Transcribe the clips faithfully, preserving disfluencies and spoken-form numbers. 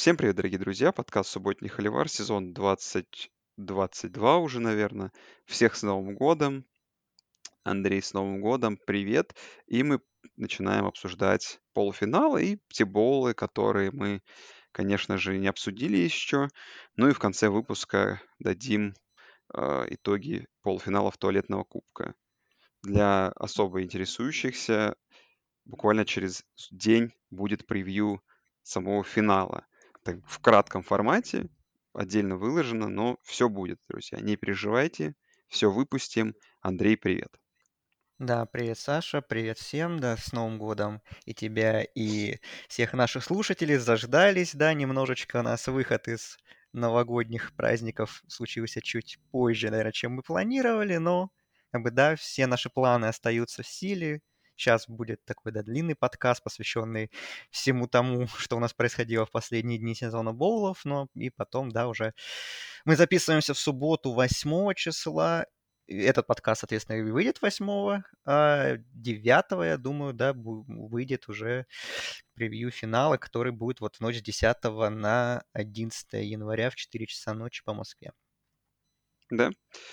Всем привет, дорогие друзья! Подкаст «Субботний холивар», сезон двадцать двадцать два уже, наверное. Всех с Новым годом! Андрей, с Новым годом! Привет! И мы начинаем обсуждать полуфиналы и те боулы, которые мы, конечно же, не обсудили еще. Ну и в конце выпуска дадим а, итоги полуфиналов туалетного кубка. Для особо интересующихся буквально через с- день будет превью самого финала. Так, в кратком формате, отдельно выложено, но все будет, друзья. Не переживайте, все выпустим. Андрей, привет. Да, привет, Саша, привет всем, да, с Новым годом и тебя, и всех наших слушателей. Заждались, да, немножечко у нас выход из новогодних праздников случился чуть позже, наверное, чем мы планировали, но, как бы, да, все наши планы остаются в силе. Сейчас будет такой, да, длинный подкаст, посвященный всему тому, что у нас происходило в последние дни сезона боулов, но и потом, да, уже мы записываемся в субботу восьмого числа. И этот подкаст, соответственно, и выйдет восьмого, а девятого, я думаю, да, бу- выйдет уже превью финала, который будет вот в ночь с десятого на одиннадцатое января в четыре часа ночи по Москве. Да?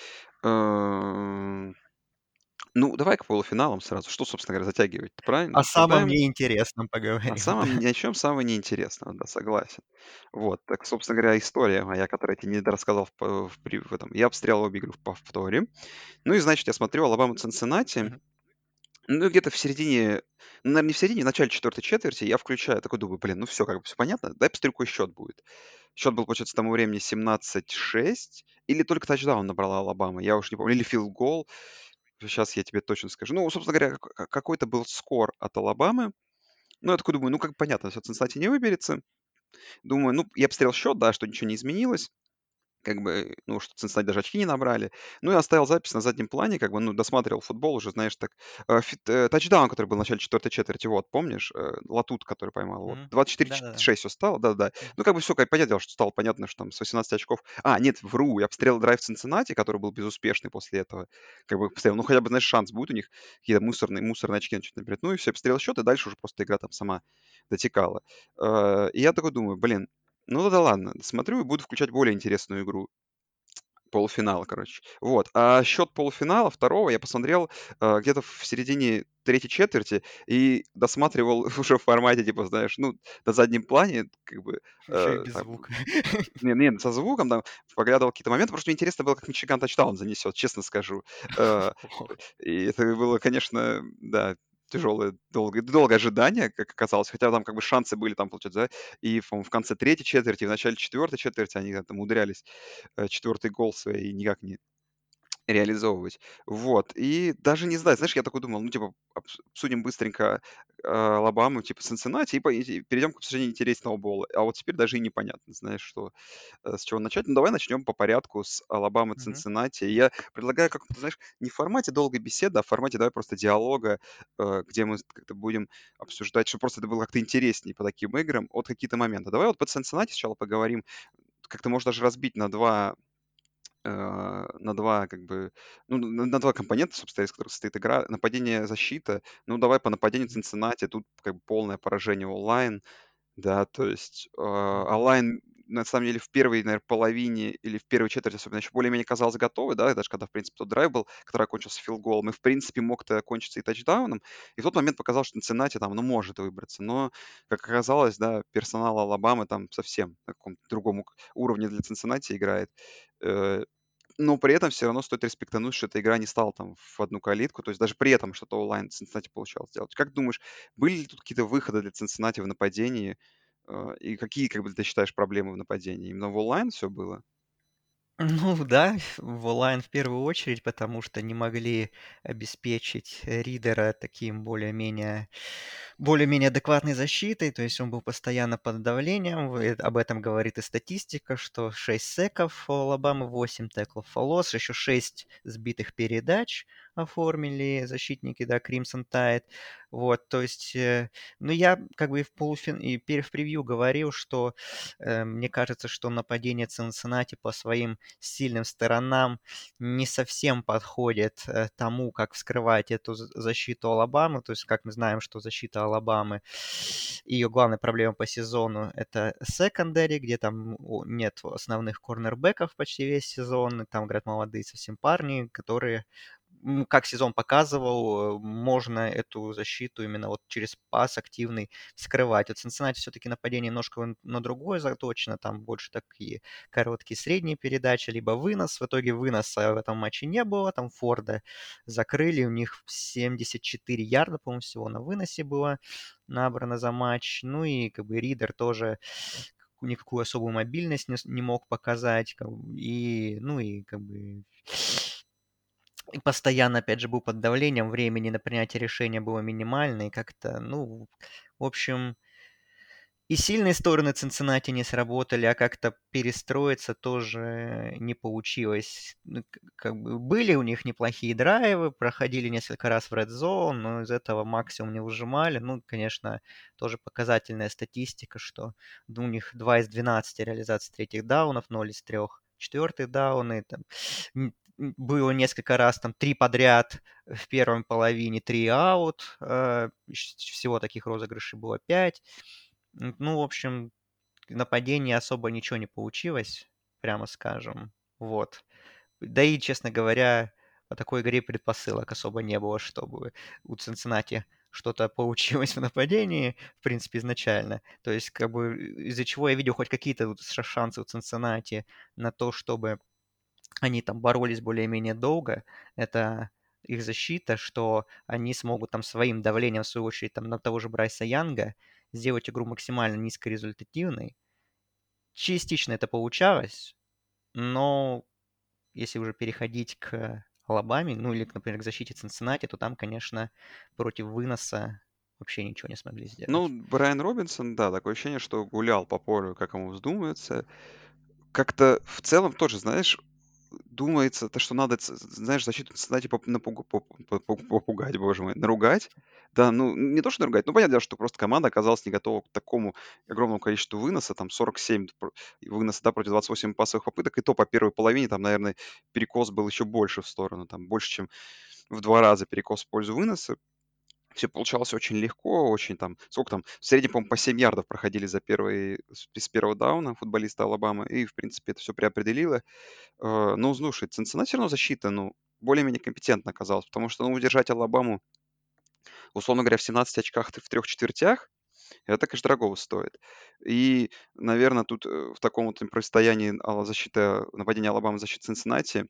Эм, Ну, давай к полуфиналам сразу. Что, собственно говоря, затягивать? Правильно? О самом Обсуждаем. неинтересном О поговорим, самом, да. ни о чем самого неинтересного, да, согласен. Вот, так, собственно говоря, история моя, которую я тебе не рассказал в, п- в, при- в этом. Я обстрелял обе игры в повторе. Ну и, значит, я смотрю Алабама Цинциннати. Мгм. Ну, где-то в середине, ну, наверно, не в середине, в начале четвертой четверти я включаю, такой думаю: "Блин, ну все, как бы всё понятно, дай посмотрю, какой счет будет". Счет был, получается, к тому времени семнадцать шесть или только тачдаун набрала Алабама, я уж не помню, или филд гол. Сейчас я тебе точно скажу. Ну, собственно говоря, ка какой-то был скор от Алабамы. Ну, я такой думаю: "Ну, как бы понятно, всё, Цинциннати не выберется". Думаю, ну, я посмотрел счет, да, что ничего не изменилось. Как бы, ну, что Цинциннати даже очки не набрали. Ну, я оставил запись на заднем плане, как бы, ну, досматривал футбол уже, знаешь, так. Э, фит э, тачдаун, который был в начале четвертой четверти, вот, помнишь? Э, Латут, который поймал, вот. Мгм. двадцать четыре Да-да-да. шесть всё стало, да-да-да. Мгм. Ну, как бы все, как понятное дело, что стало понятно, что там с восемнадцати очков. А, нет, вру, я обстрел драйв Цинциннати, который был безуспешный после этого. Как бы посмотрел, ну, хотя бы, знаешь, шанс будет у них какие-то мусорные мусорные очки начать набирать. Ну, и все, обстрел счет, и дальше уже просто игра там сама дотекала. Э, и я такой думаю: "Блин, ну да ладно". Смотрю и буду включать более интересную игру. Полуфинала, короче. Вот. А счет полуфинала второго я посмотрел, э, где-то в середине третьей четверти и досматривал уже в формате, типа, знаешь, ну, на заднем плане, как бы, Еще и э, без там, звука. не не, со звуком, там, поглядывал какие-то моменты. Просто мне интересно было, как Мичиган тачдаун занесет, честно скажу. Э, и это было, конечно, да, тяжелое, долгое долгое ожидание, как оказалось. Хотя там как бы шансы были, там, получается, да, и, по-моему, в конце третьей четверти, и в начале четвертой четверти они там умудрялись э, четвертый гол свой никак не реализовывать. Вот. И даже не знаю, знаешь, я такой думал, ну, типа, обс- обсудим быстренько э, Алабаму, типа, Цинциннати, и, по- и перейдем к обсуждению интересного бола. А вот теперь даже и непонятно, знаешь, что, э, с чего начать. Ну, давай начнем по порядку с Алабамы, Мгм. Цинциннати. И я предлагаю, как, знаешь, не в формате долгой беседы, а в формате, давай, просто диалога, э, где мы как-то будем обсуждать, чтобы просто это было как-то интереснее по таким играм, от какие-то моменты. Давай вот по Цинциннати сначала поговорим. Как-то можно даже разбить на два э, на два как бы, ну, на на два компонента, собственно, из которых состоит игра. Нападение, защита. Ну, давай по нападению Мгм. Цинциннати. Тут как бы полное поражение онлайн. Да, то есть, э, Мгм. онлайн, на самом деле, в первой, наверно, половине или в первой четверти особенно еще более-менее казалось готовы, да, даже когда, в принципе, тот драйв был, который окончился филд-голом, и, в принципе, мог-то окончиться и тачдауном. И в тот момент показалось, что Цинциннати там, ну, может выбраться. Но, как оказалось, да, персонал Алабамы там совсем на каком-то другом ук уровне для Цинциннати играет. Э но при этом все равно стоит респектануть, что эта игра не стала там в одну калитку. То есть даже при этом что-то онлайн Цинциннати получалось сделать. Как думаешь, были ли тут какие-то выходы для Цинциннати в нападении? Э, и какие, как бы, ты считаешь, проблемы в нападении? Именно в онлайн все было? Ну да, в онлайн в первую очередь, потому что не могли обеспечить Ридера таким более-менее более-менее адекватной защитой, то есть он был постоянно под давлением. Вы- Об этом говорит и статистика, что шесть секов у Алабамы, восемь теклов фолос, еще шесть сбитых передач оформили защитники, да, Crimson Tide. Вот, то есть, э, ну я как бы и в полуфин... и пер- в превью говорил, что э, мне кажется, что нападение Цинциннати по своим сильным сторонам не совсем подходит э, тому, как вскрывать эту з- защиту Алабамы. То есть, как мы знаем, что защита Алабамы. Ее главная проблема по сезону — это secondary, где там нет основных корнербеков почти весь сезон, и там играют молодые совсем парни, которые, как сезон показывал, можно эту защиту именно вот через пас активный скрывать. Вот Cincinnati все-таки нападение немножко на другое заточено, там больше такие короткие средние передачи, либо вынос. В итоге выноса в этом матче не было, там Форда закрыли, у них семьдесят четыре ярда, по-моему, всего на выносе было набрано за матч. Ну и как бы Ридер тоже никакую особую мобильность не, не мог показать. Как бы, и, ну и как бы и постоянно, опять же, был под давлением, времени на принятие решения было минимально, и как-то, ну, в общем, и сильные стороны Цинциннати не сработали, а как-то перестроиться тоже не получилось. Ну, к- как бы были у них неплохие драйвы, проходили несколько раз в Red Zone, но из этого максимум не выжимали. Ну, конечно, тоже показательная статистика, что у них два из двенадцати реализаций третьих даунов, ноль из трех четвертых дауны. Там, н- н- было несколько раз, там, три подряд в первой половине, три аут. э, щ- Всего таких розыгрышей было пять. М, Ну, в общем, нападение особо ничего не получилось, прямо скажем. Вот. Да и, честно говоря, по такой игре предпосылок особо не было, чтобы у Цинциннати что-то получилось в нападении, в принципе, изначально. То есть, как бы, из-за чего я видел хоть какие-то вот ша- шансы у Цинциннати на то, чтобы они там боролись более-менее долго, это их защита, что они смогут там своим давлением, в свою очередь, там на того же Брайса Янга сделать игру максимально низкорезультативной. Частично это получалось, но если уже переходить к Алабаме, ну или, например, к защите Цинциннати, то там, конечно, против выноса вообще ничего не смогли Ну, сделать. Брайан Робинсон, да, такое ощущение, что гулял по полю, как ему вздумается. Как-то в целом тоже, знаешь, думается, то, что надо, ц- знаешь, защиту Цинциннати поп- напугу- поп- поп- поп- попугать, боже мой, наругать. Да, ну, не то, что наругать, ну, понятно, дело, что просто команда оказалась не готова к такому огромному количеству выноса, там сорок семь пр- выноса, да, против двадцать восемь пасовых попыток, и то по первой половине, там, наверное, перекос был еще больше в сторону, там, больше, чем в два раза перекос в пользу выноса. Все получалось очень легко, очень там, сколько там, в среднем, по-моему, по семь ярдов проходили за первый, с с первого дауна футболисты Алабамы, и, в принципе, это все преопределило. Э, ну, слушай, Цинциннати всё равно защита, ну, более-менее компетентна оказалась, потому что, ну, удержать Алабаму, условно говоря, в семнадцати очках т в трех четвертях — это, конечно, дорогого стоит. И, наверное, тут, э, в таком вот противостоянии ала защиты нападения Алабамы, защиты Цинциннати,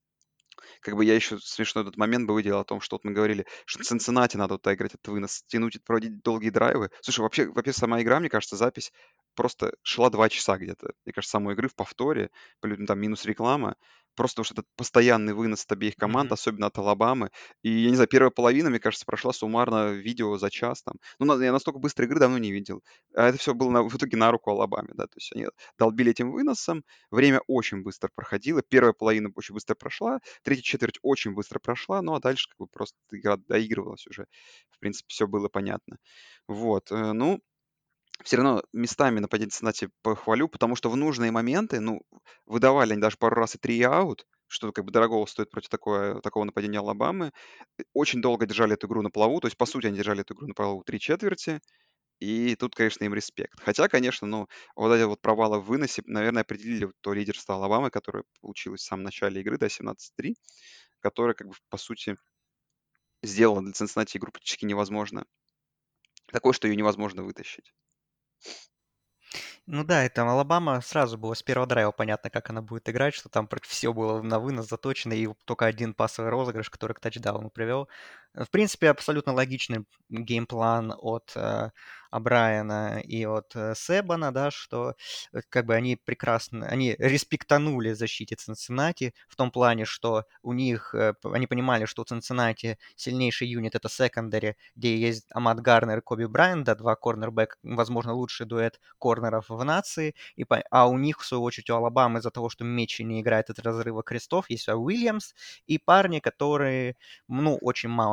как бы я еще смешной этот момент бы выделил о том, что вот мы говорили, что Цинциннати надо вот играть этот вынос, тянуть, и проводить долгие драйвы. Слушай, вообще, во-первых, сама игра, мне кажется, запись просто шла два часа где-то. Мне кажется, самой игры в повторе, плюс, ну, там минус реклама. Просто уж этот постоянный вынос от обеих команд, Мгм. особенно от Алабамы. И, я не знаю, первая половина, мне кажется, прошла суммарно видео за час там. Ну, на- я настолько быстрой игры давно не видел. А это все было на- в итоге на руку Алабаме, да. То есть они долбили этим выносом, время очень быстро проходило, первая половина очень быстро прошла, третья четверть очень быстро прошла, ну а дальше как бы просто игра доигрывалась уже. В принципе, все было понятно. Вот. э, Ну, все равно местами нападение Цинциннати похвалю, потому что в нужные моменты, ну, выдавали они даже пару раз и три аут, что как бы дорогого стоит против такое, такого нападения Алабамы. Э, Очень долго держали эту игру на плаву, то есть, по сути, они держали эту игру на плаву три четверти, и тут, конечно, им респект. Хотя, конечно, ну, вот эти вот провалы в выносе, наверное, определили вот то лидерство Алабамы, которое получилось в самом начале игры, до семнадцать три, которое, как бы, по сути, сделало для Цинциннати игру практически невозможно. Такое, что ее невозможно вытащить. Ну да, и там Алабама сразу было с первого драйва понятно, как она будет играть, что там все было на вынос заточено, и только один пасовый розыгрыш, который к тачдауну привел. Э, В принципе, абсолютно логичный геймплан от э, Брайана и от э, Себана, да, что э, как бы они прекрасно, они респектанули защите Цинциннати в том плане, что у них, э, п- они понимали, что у Цинциннати сильнейший юнит — это секондари, где есть Амат Гарнер и Коби Брайант, да, два корнербэк, возможно, лучший дуэт корнеров в нации, и, по- а у них, в свою очередь, у Алабамы из-за того, что Мечи не играет от разрыва крестов, есть Уильямс и парни, которые, ну, очень мало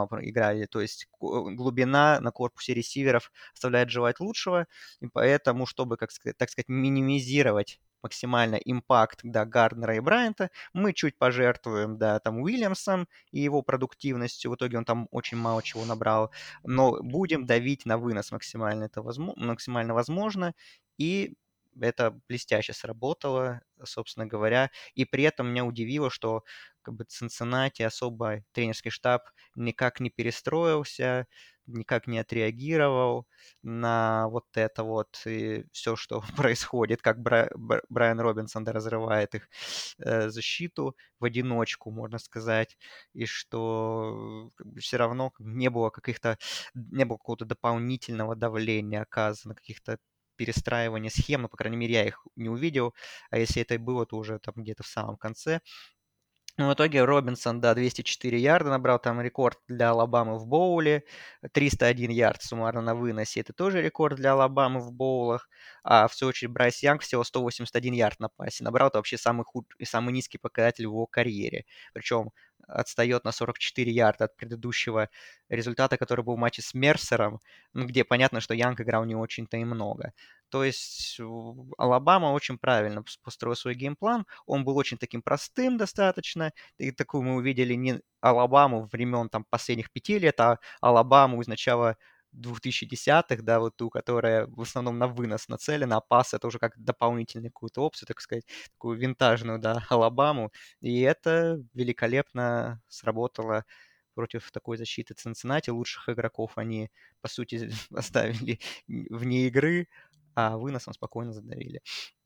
мало играли. То есть глубина на корпусе ресиверов оставляет желать лучшего, и поэтому, чтобы, как сказать, так сказать, минимизировать максимально импакт, да, Гарднера и Брайанта, мы чуть пожертвуем, да, там, Уильямсом и его продуктивностью. В итоге он там очень мало чего набрал. Но будем давить на вынос максимально, это возможно, максимально возможно. И это блестяще сработало, собственно говоря. И при этом меня удивило, что как бы Цинциннати особо тренерский штаб никак не перестроился, никак не отреагировал на вот это вот и все, что происходит, как Бра- Бра- Брайан Робинсон да, разрывает их э, защиту в одиночку, можно сказать, и что как бы, все равно не было каких-то, не было какого-то дополнительного давления оказано, каких-то перестраивания схем, ну, по крайней мере, я их не увидел, а если это и было, то уже там где-то в самом конце. Ну, в итоге Робинсон, да, двести четыре ярда набрал, там рекорд для Алабамы в боуле, триста один ярд суммарно на выносе, это тоже рекорд для Алабамы в боулах, а в свою очередь Брайс Янг всего сто восемьдесят один ярд на пасе набрал, это вообще самый, худ... самый низкий показатель в его карьере, причем отстает на сорок четыре ярда от предыдущего результата, который был в матче с Мерсером, ну, где понятно, что Янг играл не очень-то и много. То есть Алабама очень правильно построил свой геймплан. Он был очень таким простым достаточно. И такую мы увидели не Алабаму времен там последних пяти лет, а Алабаму из начала двухтысячных, да, вот ту, которая в основном на вынос нацелена, а пас это уже как дополнительную какую-то опцию, так сказать, такую винтажную, да, Алабаму. И это великолепно сработало против такой защиты Цинциннати. Лучших игроков они, по сути, оставили вне игры, а выносом спокойно задавили.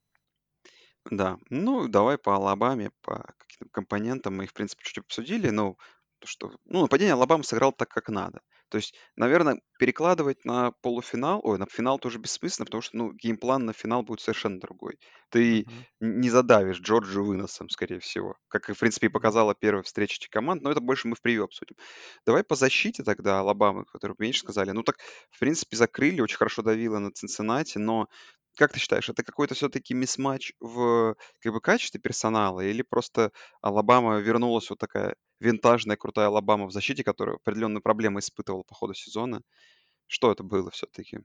Да, ну давай по Алабаме, по каким-то компонентам мы их, в принципе, чуть обсудили, но то, что, ну, нападение Алабамы сыграл так, как надо. То есть, наверное, перекладывать на полуфинал, ой, на финал тоже бессмысленно, потому что, ну, геймплан на финал будет совершенно другой. Ты Мгм. н- не задавишь Джорджию выносом, скорее всего, как, и, в принципе, и Да. показала первая встреча этих команд, но это больше мы в превью обсудим. Давай по защите тогда Алабамы, которую меньше сказали. Ну, так, в принципе, закрыли, очень хорошо давила на Цинциннати, но как ты считаешь, это какой-то все-таки мисс-матч в как бы качестве персонала или просто Алабама вернулась вот такая винтажная крутая Алабама в защите, которая определенные проблемы испытывала по ходу сезона? Что это было все-таки?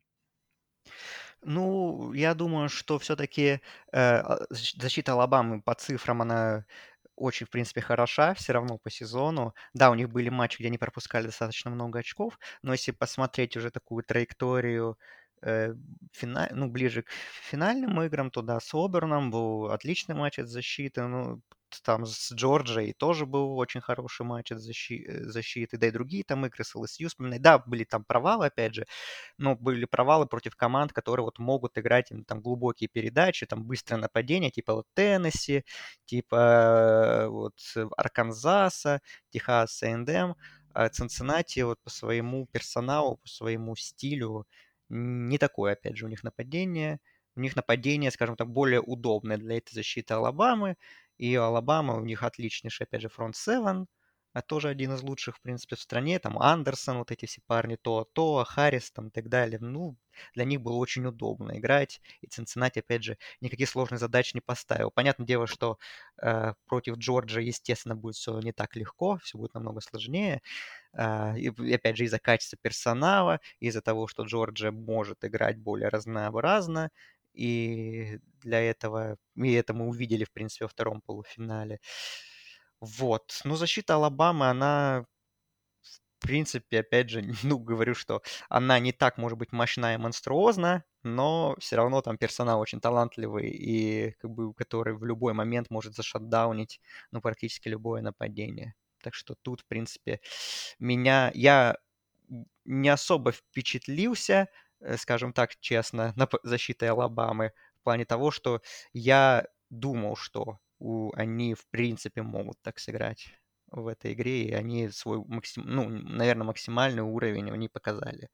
Ну, я думаю, что все-таки защита Алабамы по цифрам, она очень, в принципе, хороша все равно по сезону. Да, у них были матчи, где они пропускали достаточно много очков, но если посмотреть уже такую траекторию э, фина- ну, ближе к финальным играм, то да, с Оберном был отличный матч от защиты, ну, там с Джорджией тоже был очень хороший матч от защи- э, защиты, да и другие там игры с эл эс ю вспоминать. Да, были там провалы, опять же, но были провалы против команд, которые вот могут играть им там глубокие передачи, там быстрое нападение, типа вот Теннесси, типа э, вот э, Арканзаса, Техас эй энд эм, а Цинциннати вот по своему персоналу, по своему стилю не такое, опять же, у них нападение. У них нападение, скажем так, более удобное для этой защиты Алабамы. И Алабама, у них отличнейший, опять же, фронт семь, а тоже один из лучших, в принципе, в стране. Там Андерсон, вот эти все парни, то, то, Харрис там и так далее. Ну, для них было очень удобно играть. И Цинциннати, опять же, никаких сложных задач не поставил. Понятное дело, что э, против Джорджии, естественно, будет все не так легко, все будет намного сложнее. А, и, и опять же, из-за качества персонала, из-за того, что Джорджия может играть более разнообразно. И для этого, и это мы увидели, в принципе, во втором полуфинале. Вот. Ну, защита Алабамы, она, в принципе, опять же, ну, говорю, что она не так, может быть, мощна и монструозна, но все равно там персонал очень талантливый и как бы который в любой момент может зашатдаунить, ну, практически любое нападение. Так что тут, в принципе, меня... Я не особо впечатлился, э, скажем так, честно, нап- защитой Алабамы в плане того, что я думал, что у- они, в принципе, могут так сыграть в этой игре, и они свой, максим... ну, наверное, максимальный уровень они показали.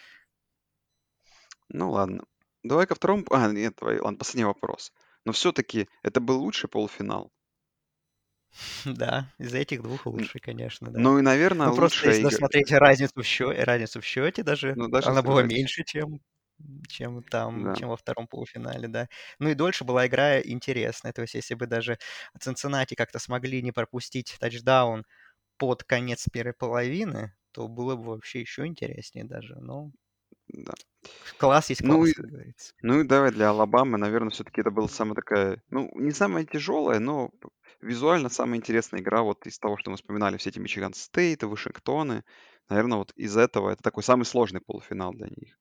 Ну ладно. Давай ко второму. А, нет, давай, ладно, последний вопрос. Но все-таки это был лучший полуфинал. Да, из этих двух Н- лучший, конечно, да. Ну и, наверное, Ну, просто лучшая если игра. посмотреть разницу в счете, разницу в счете даже, Ну, даже она была согласен. меньше, чем, чем там, Да. чем во втором полуфинале, да. Ну и дольше была игра интересная. То есть, если бы даже Цинциннати как-то смогли не пропустить тачдаун под конец первой половины, то было бы вообще еще интереснее даже. Но Да. класс есть Ну класс, и как говорится. ну и давай для Алабамы, наверное, все-таки это была самая такая, ну, не самая тяжелая, но п- визуально самая интересная игра вот из того, что мы вспоминали, все эти Мичиган Стейты, Вашингтоны. Наверное, вот из этого это такой самый сложный полуфинал для них.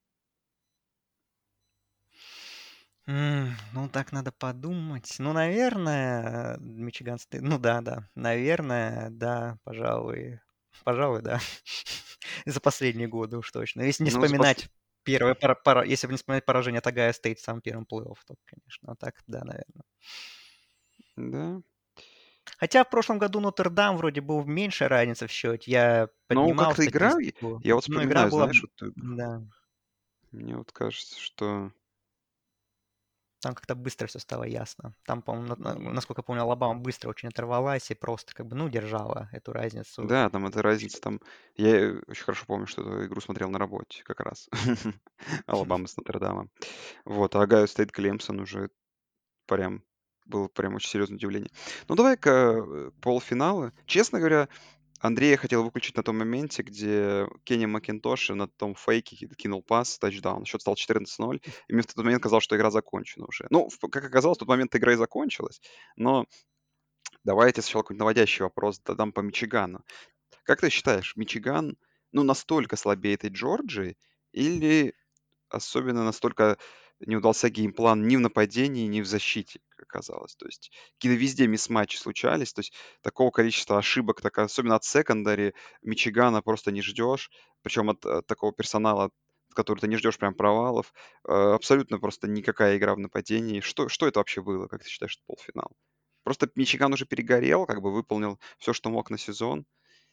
М, ну, так надо подумать. Ну, наверное, Мичиган Стейт. Ну да, да. Наверное, да, пожалуй. Пожалуй, да. За последние годы уж точно. Если не Ну, за пос- вспоминать первое пора- пора- если бы не вспоминать поражение от Огайо Стейт в самом первом плей-офф, то, конечно. А так, да, наверное. Да. Хотя в прошлом году Нотр-Дам вроде был меньше разницы в счете. Я Но поднимал как-то игра, и- статистику. я вот Но игра вспоминаю, была, знаешь, вот, э, да, мне вот кажется, что... там как-то быстро все стало ясно. Там, по-моему, на- на- насколько я помню, Алабама быстро очень оторвалась и просто как бы, ну, держала эту разницу. Да, там эта разница, там... Я э, очень хорошо помню, что эту игру смотрел на работе как раз. Алабама с Нотр-Дамом. Вот, а Огайо Стейт Клемсон уже прям было прям очень серьезное удивление. Ну, давай-ка э, полуфиналы. Честно говоря, Андрея хотел выключить на том моменте, где Кенни Макинтош на том фейке ки- кинул пас, тачдаун. Счет стал четырнадцать ноль. И мне в тот момент казалось, что игра закончена уже. Ну, в- как оказалось, в тот момент игра и закончилась. Но давайте сначала какой-нибудь наводящий вопрос задам по Мичигану. Как ты считаешь, Мичиган, ну, настолько слабее этой Джорджии или особенно настолько не удался геймплан ни в нападении, ни в защите, как оказалось. То есть какие-то везде мисс-матчи случались. То есть такого количества ошибок, так, особенно от секондари, Мичигана просто не ждешь. Причем от, э, такого персонала, от которого ты не ждешь прям провалов. Э, абсолютно просто никакая игра в нападении. Что, что это вообще было, как ты считаешь, это полуфинал? Просто Мичиган уже перегорел, как бы выполнил все, что мог на сезон.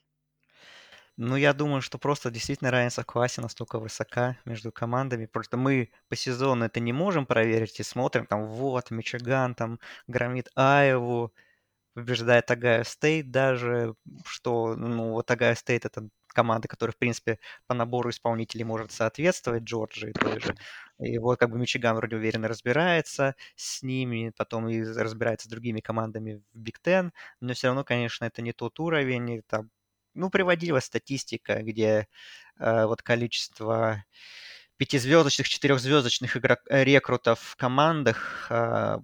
Ну, я думаю, что просто действительно разница в классе настолько высока между командами. Просто мы по сезону это не можем проверить и смотрим, там, вот, Мичиган там громит Айову, побеждает Огайо Стейт даже, что, ну, вот Огайо Стейт — это команда, которая, в принципе, по набору исполнителей может соответствовать Джорджии той же. И вот как бы Мичиган вроде уверенно разбирается с ними, потом и разбирается с другими командами в Биг Тен, но все равно, конечно, это не тот уровень. И там, ну, приводилась статистика, где э, вот количество пятизвездочных, четырехзвездочных игрок, э, рекрутов в командах э,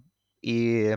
и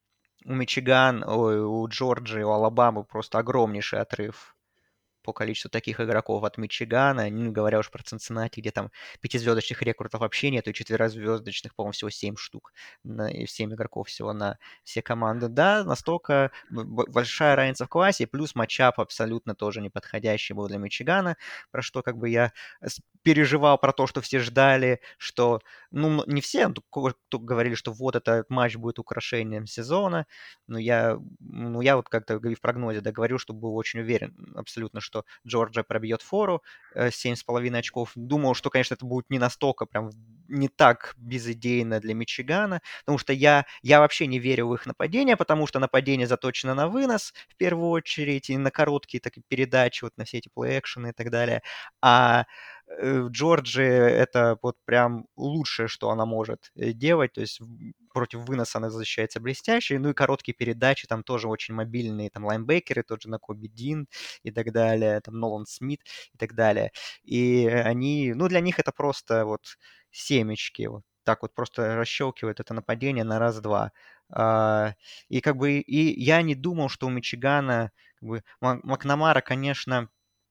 у Мичиган, ой, у Джорджии, у Алабамы просто огромнейший отрыв по количеству таких игроков от Мичигана, не говоря уж про Цинциннати, где там пятизвездочных рекрутов вообще нету, и четверозвездочных, по-моему, всего семь штук, на, и семь игроков всего на все команды. Да, настолько б- большая разница в классе, плюс матчап абсолютно тоже неподходящий был для Мичигана, про что как бы я с- переживал про то, что все ждали, что, ну, не все, но ко- кто говорили, что вот этот матч будет украшением сезона, но я, ну, я вот как-то в прогнозе, да, говорю, что был очень уверен абсолютно, что Джорджия пробьет фору, э, семь с половиной очков. Думал, что, конечно, это будет не настолько прям не так безидейно для Мичигана, потому что я, я вообще не верю в их нападение, потому что нападение заточено на вынос в первую очередь и на короткие такие передачи, вот на все эти плей-экшены и так далее. А э, в Джорджии это вот прям лучшее, что она может э, делать, то есть в- против выноса она защищается блестяще, ну и короткие передачи там тоже очень мобильные, там лайнбекеры, тот же Накоби Дин и так далее, там Нолан Смит и так далее. И они, ну для них это просто вот семечки, вот так вот просто расщелкивают это нападение на раз-два. А, и как бы и я не думал, что у Мичигана как бы, Мак- Макнамара, конечно,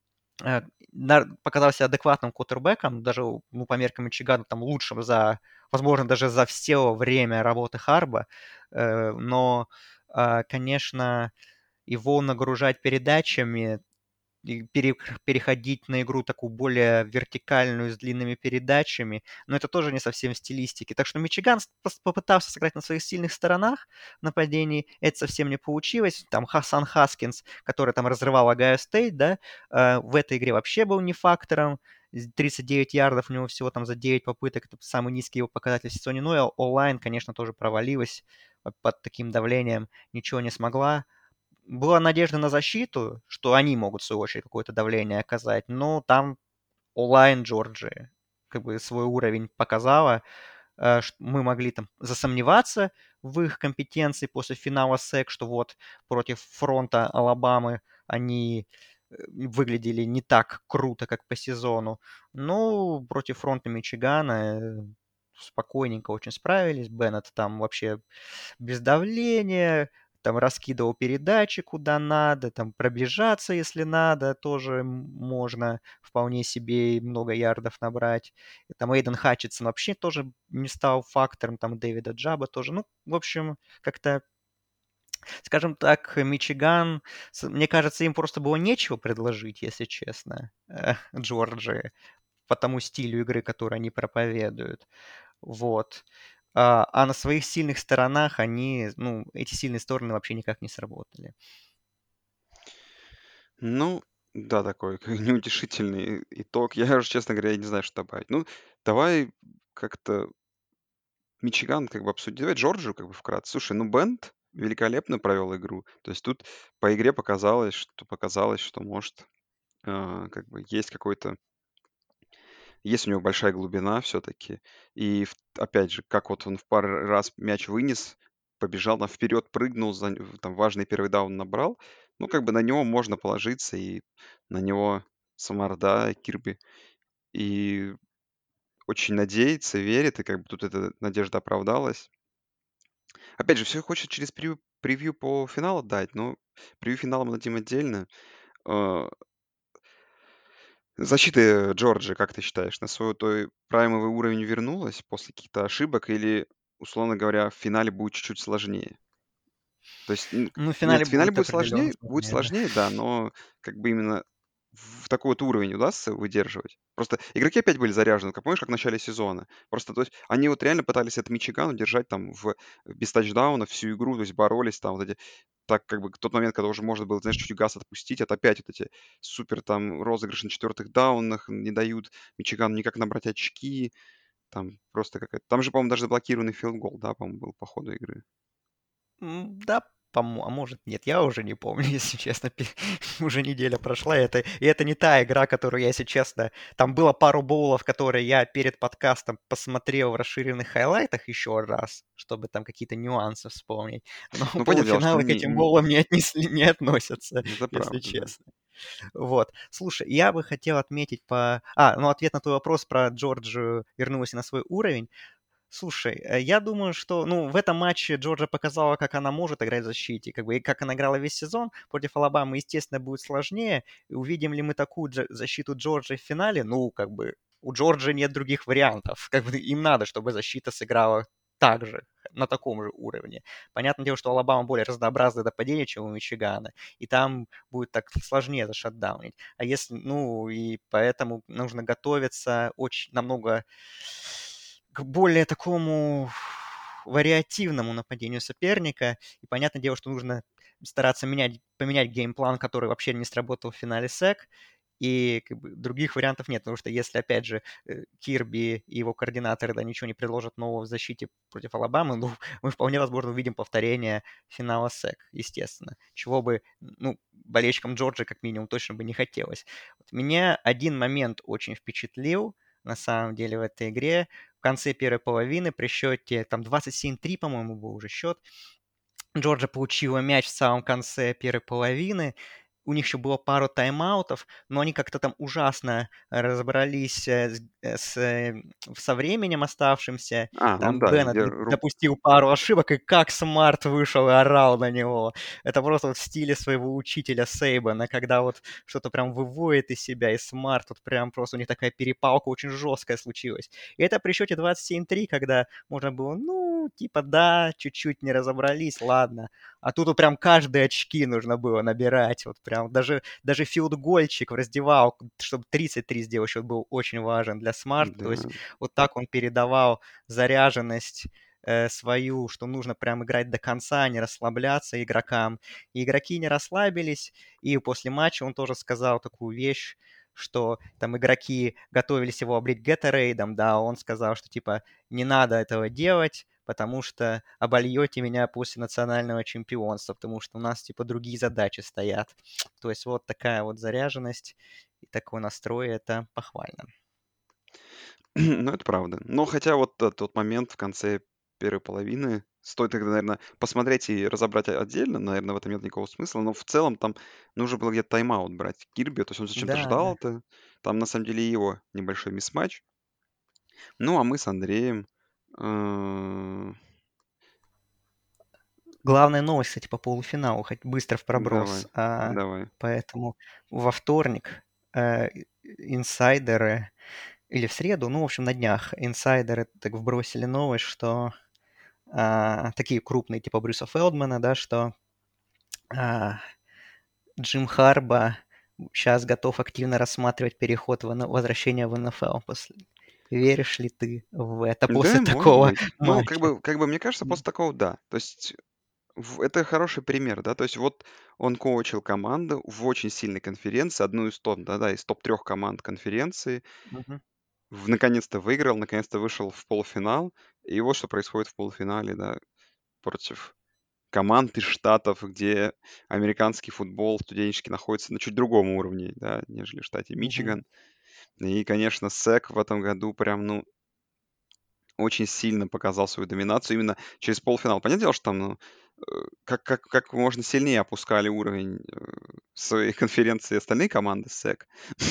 э, на- показался адекватным квотербеком, даже ну, по меркам Мичигана там лучшим за, возможно, даже за все время работы Харба, Э, но, а, конечно, его нагружать передачами и пере- переходить на игру такую более вертикальную с длинными передачами, но это тоже не совсем стилистики. Так что Мичиган с- пос- попытался сыграть на своих сильных сторонах в нападении, это совсем не получилось. Там Хасан Хаскинс, который там разрывал Огайо Стейт, да, э, в этой игре вообще был не фактором. тридцать девять ярдов у него всего там за девять попыток, это самый низкий его показатель в сезоне. Ну и онлайн, конечно, тоже провалилась под под таким давлением, ничего не смогла. Была надежда на защиту, что они могут, в свою очередь, какое-то давление оказать, но там онлайн Джорджии как бы свой уровень показала. Э, ш- Мы могли там засомневаться в их компетенции после финала СЭК, что вот против фронта Алабамы они э, выглядели не так круто, как по сезону. Но против фронта Мичигана э, спокойненько очень справились. Беннет там вообще без давления, там раскидывал передачи куда надо, там пробежаться, если надо, тоже м- можно вполне себе и много ярдов набрать. И там Эйден Хатчинсон вообще тоже не стал фактором, там Дэвида Джаба тоже. Ну, в общем, как-то, скажем так, Мичиган, с- мне кажется, им просто было нечего предложить, если честно, э, Джорджии, по тому стилю игры, который они проповедуют. Вот. А, а на своих сильных сторонах они, ну, эти сильные стороны вообще никак не сработали. Ну, да, такой неутешительный итог. Я уже, честно говоря, не знаю, что добавить. Ну, давай как-то Мичиган как бы обсудим. Давай Джорджию как бы вкратце. Слушай, ну Бент великолепно провел игру. То есть тут по игре показалось, что показалось, что может а, как бы есть какой-то есть у него большая глубина все-таки. И в- опять же, как вот он в пару раз мяч вынес, побежал там вперед, прыгнул, за, н- там важный первый даун набрал. Ну, как бы на него можно положиться, и на него Самарда, Кирби. И очень надеется, верит, и как бы тут эта надежда оправдалась. Опять же, все хочет через превью, превью по финалу дать, но превью финала мы дадим отдельно. А, Защита Джорджии, как ты считаешь, на свой той праймовый уровень вернулась после каких-то ошибок или, условно говоря, в финале будет чуть-чуть сложнее? То есть, н Ну, в финале нет, в финале будет будет определенно сложнее, будет сложнее, да. сложнее, да, но как бы именно в такой вот уровень удастся выдерживать. Просто игроки опять были заряжены, как помнишь, как в начале сезона. Просто, то есть, они вот реально пытались от Мичигана держать там в без тачдауна всю игру, то есть боролись там вот эти так как бы тот момент, когда уже можно было, знаешь, чуть газ отпустить, это опять вот эти супер там розыгрыши на четвертых даунах не дают Мичигану никак набрать очки, там просто какая-то... Там же, по-моему, даже заблокированный филд-гол, да, по-моему, был по ходу игры. М, Да, помо- а может нет, я уже не помню, если честно, пе- уже неделя прошла, и это, и это не та игра, которую я, если честно, там было пару боулов, которые я перед подкастом посмотрел в расширенных хайлайтах еще раз, чтобы там какие-то нюансы вспомнить, но Ну, понятное дело, что полуфиналы к не, этим не- боулам не отнесли, не относятся, это если правда, да. честно. Вот. Слушай, я бы хотел отметить по... А, ну ответ на твой вопрос про Джорджию вернулась на свой уровень. Слушай, э, я думаю, что, ну, в этом матче Джорджия показала, как она может играть в защите, как бы, и как она играла весь сезон. Против Алабамы, естественно, будет сложнее. И увидим ли мы такую дж- защиту Джорджии в финале? Ну, как бы, у Джорджии нет других вариантов. Как бы им надо, чтобы защита сыграла так же, на таком же уровне. Понятное дело, что Алабама более разнообразное нападение, чем у Мичигана, и там будет так сложнее зашатдаунить. А если, ну, и поэтому нужно готовиться очень намного к более такому вариативному нападению соперника. И понятное дело, что нужно стараться менять, поменять геймплан, который вообще не сработал в финале сек. И как бы, других вариантов нет, потому что если, опять же, э, Кирби и его координаторы да, ничего не предложат нового в защите против Алабамы, ну, мы вполне возможно увидим повторение финала сек, естественно. Чего бы, ну, болельщикам Джорджии как минимум точно бы не хотелось. Вот меня один момент очень впечатлил, на самом деле, в этой игре. В конце первой половины при счете, там двадцать семь три, по-моему, был уже счет, Джорджия получила мяч в самом конце первой половины. У них еще было пару тайм-аутов, но они как-то там ужасно разобрались э, с, э, с, э, со временем оставшимся. А, ну Там да, Беннет где д- ру- допустил пару ошибок, и как Смарт вышел и орал на него. Это просто вот в стиле своего учителя Сейбана, когда вот что-то прям выводит из себя, и Смарт, вот прям просто у них такая перепалка очень жесткая случилась. И это при счете двадцать семь три, когда можно было, ну, типа, да, чуть-чуть не разобрались, ладно. А тут вот прям каждые очки нужно было набирать. Вот прям даже, даже филдгольчик в раздевалку, чтобы тридцать три сделать, счет был очень важен для Смарта. То есть да. вот так он передавал заряженность э, свою, что нужно прям играть до конца, а не расслабляться игрокам. И игроки не расслабились, и после матча он тоже сказал такую вещь, что там игроки готовились его облить Геторейдом, да, он сказал, что типа не надо этого делать, потому что обольете меня после национального чемпионства, потому что у нас типа другие задачи стоят. То есть вот такая вот заряженность и такой настрой, это похвально. Ну, это правда. Но хотя вот тот, тот момент в конце первой половины стоит их, наверное, посмотреть и разобрать о- отдельно. Наверное, в этом нет никакого смысла. Но в целом там нужно было где-то тайм-аут брать Кирби. То есть он зачем-то Да, ждал да. это. Там, на самом деле, и его небольшой мисс-матч. Ну, а мы с Андреем... э, Главная новость, кстати, по полуфиналу, хоть быстро в Давай, проброс. А, давай. поэтому во вторник э, инсайдеры, или в среду, ну, в общем, на днях, инсайдеры так вбросили новость, что а, такие крупные, типа Брюса Фелдмана, да, что а, Джим Харба сейчас готов активно рассматривать переход в н- возвращение в эн эф эл. После... Веришь ли ты в это после Да, может такого быть. Ну, как матча? бы, как бы мне кажется, после такого, да. То есть в- это хороший пример, да. То есть вот он коучил команду в очень сильной конференции, одну из топ, да, да, из топ трех команд конференции. Мгм. В- наконец-то выиграл, наконец-то вышел в полуфинал. И вот что происходит в полуфинале, да, против команд из штатов, где американский футбол студенческий находится на чуть другом уровне, да, нежели в штате Мгм. Мичиган. И, конечно, Сек в этом году прям, ну, очень сильно показал свою доминацию именно через полуфинал. Понятное дело, что там, ну, э, как, как, как можно сильнее опускали уровень э, своей конференции остальные команды сек.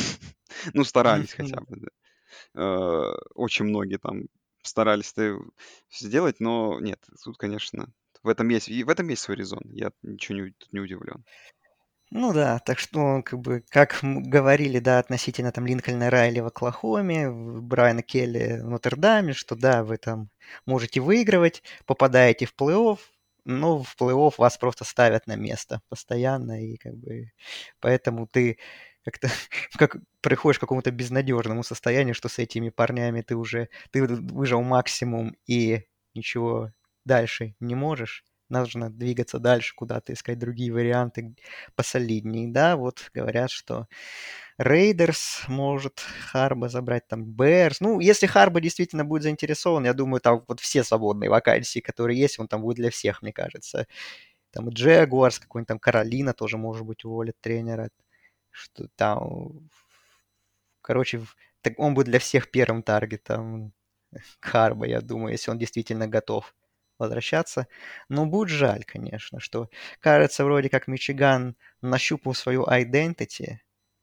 Ну, старались хотя бы, да. Э, Очень многие там старались это сделать, но нет, тут, конечно, в этом есть, и в этом есть свой резон. Я ничего не, у- тут не удивлен. Ну да, так что, как бы, как м- говорили, да, относительно там Линкольна Райли в Оклахоме, в- Брайана Келли в Нотр-Даме, что да, вы там можете выигрывать, попадаете в плей-офф, но в плей-офф вас просто ставят на место постоянно, и как бы поэтому ты как-то как приходишь к какому-то безнадежному состоянию, что с этими парнями ты уже ты выжил максимум и ничего дальше не можешь. Нужно двигаться дальше, куда-то искать другие варианты, посолиднее, да, вот говорят, что Рейдерс может Харба забрать, там, Берс. Ну, если Харба действительно будет заинтересован, я думаю, там вот все свободные вакансии, которые есть, он там будет для всех, мне кажется. Там и Джегуарс, какой-нибудь там Каролина тоже, может быть, уволит тренера. Что там, короче, в- так он будет для всех первым таргетом Харба, я думаю, если он действительно готов возвращаться. Но будет жаль, конечно, что кажется, вроде как Мичиган нащупал свою identity,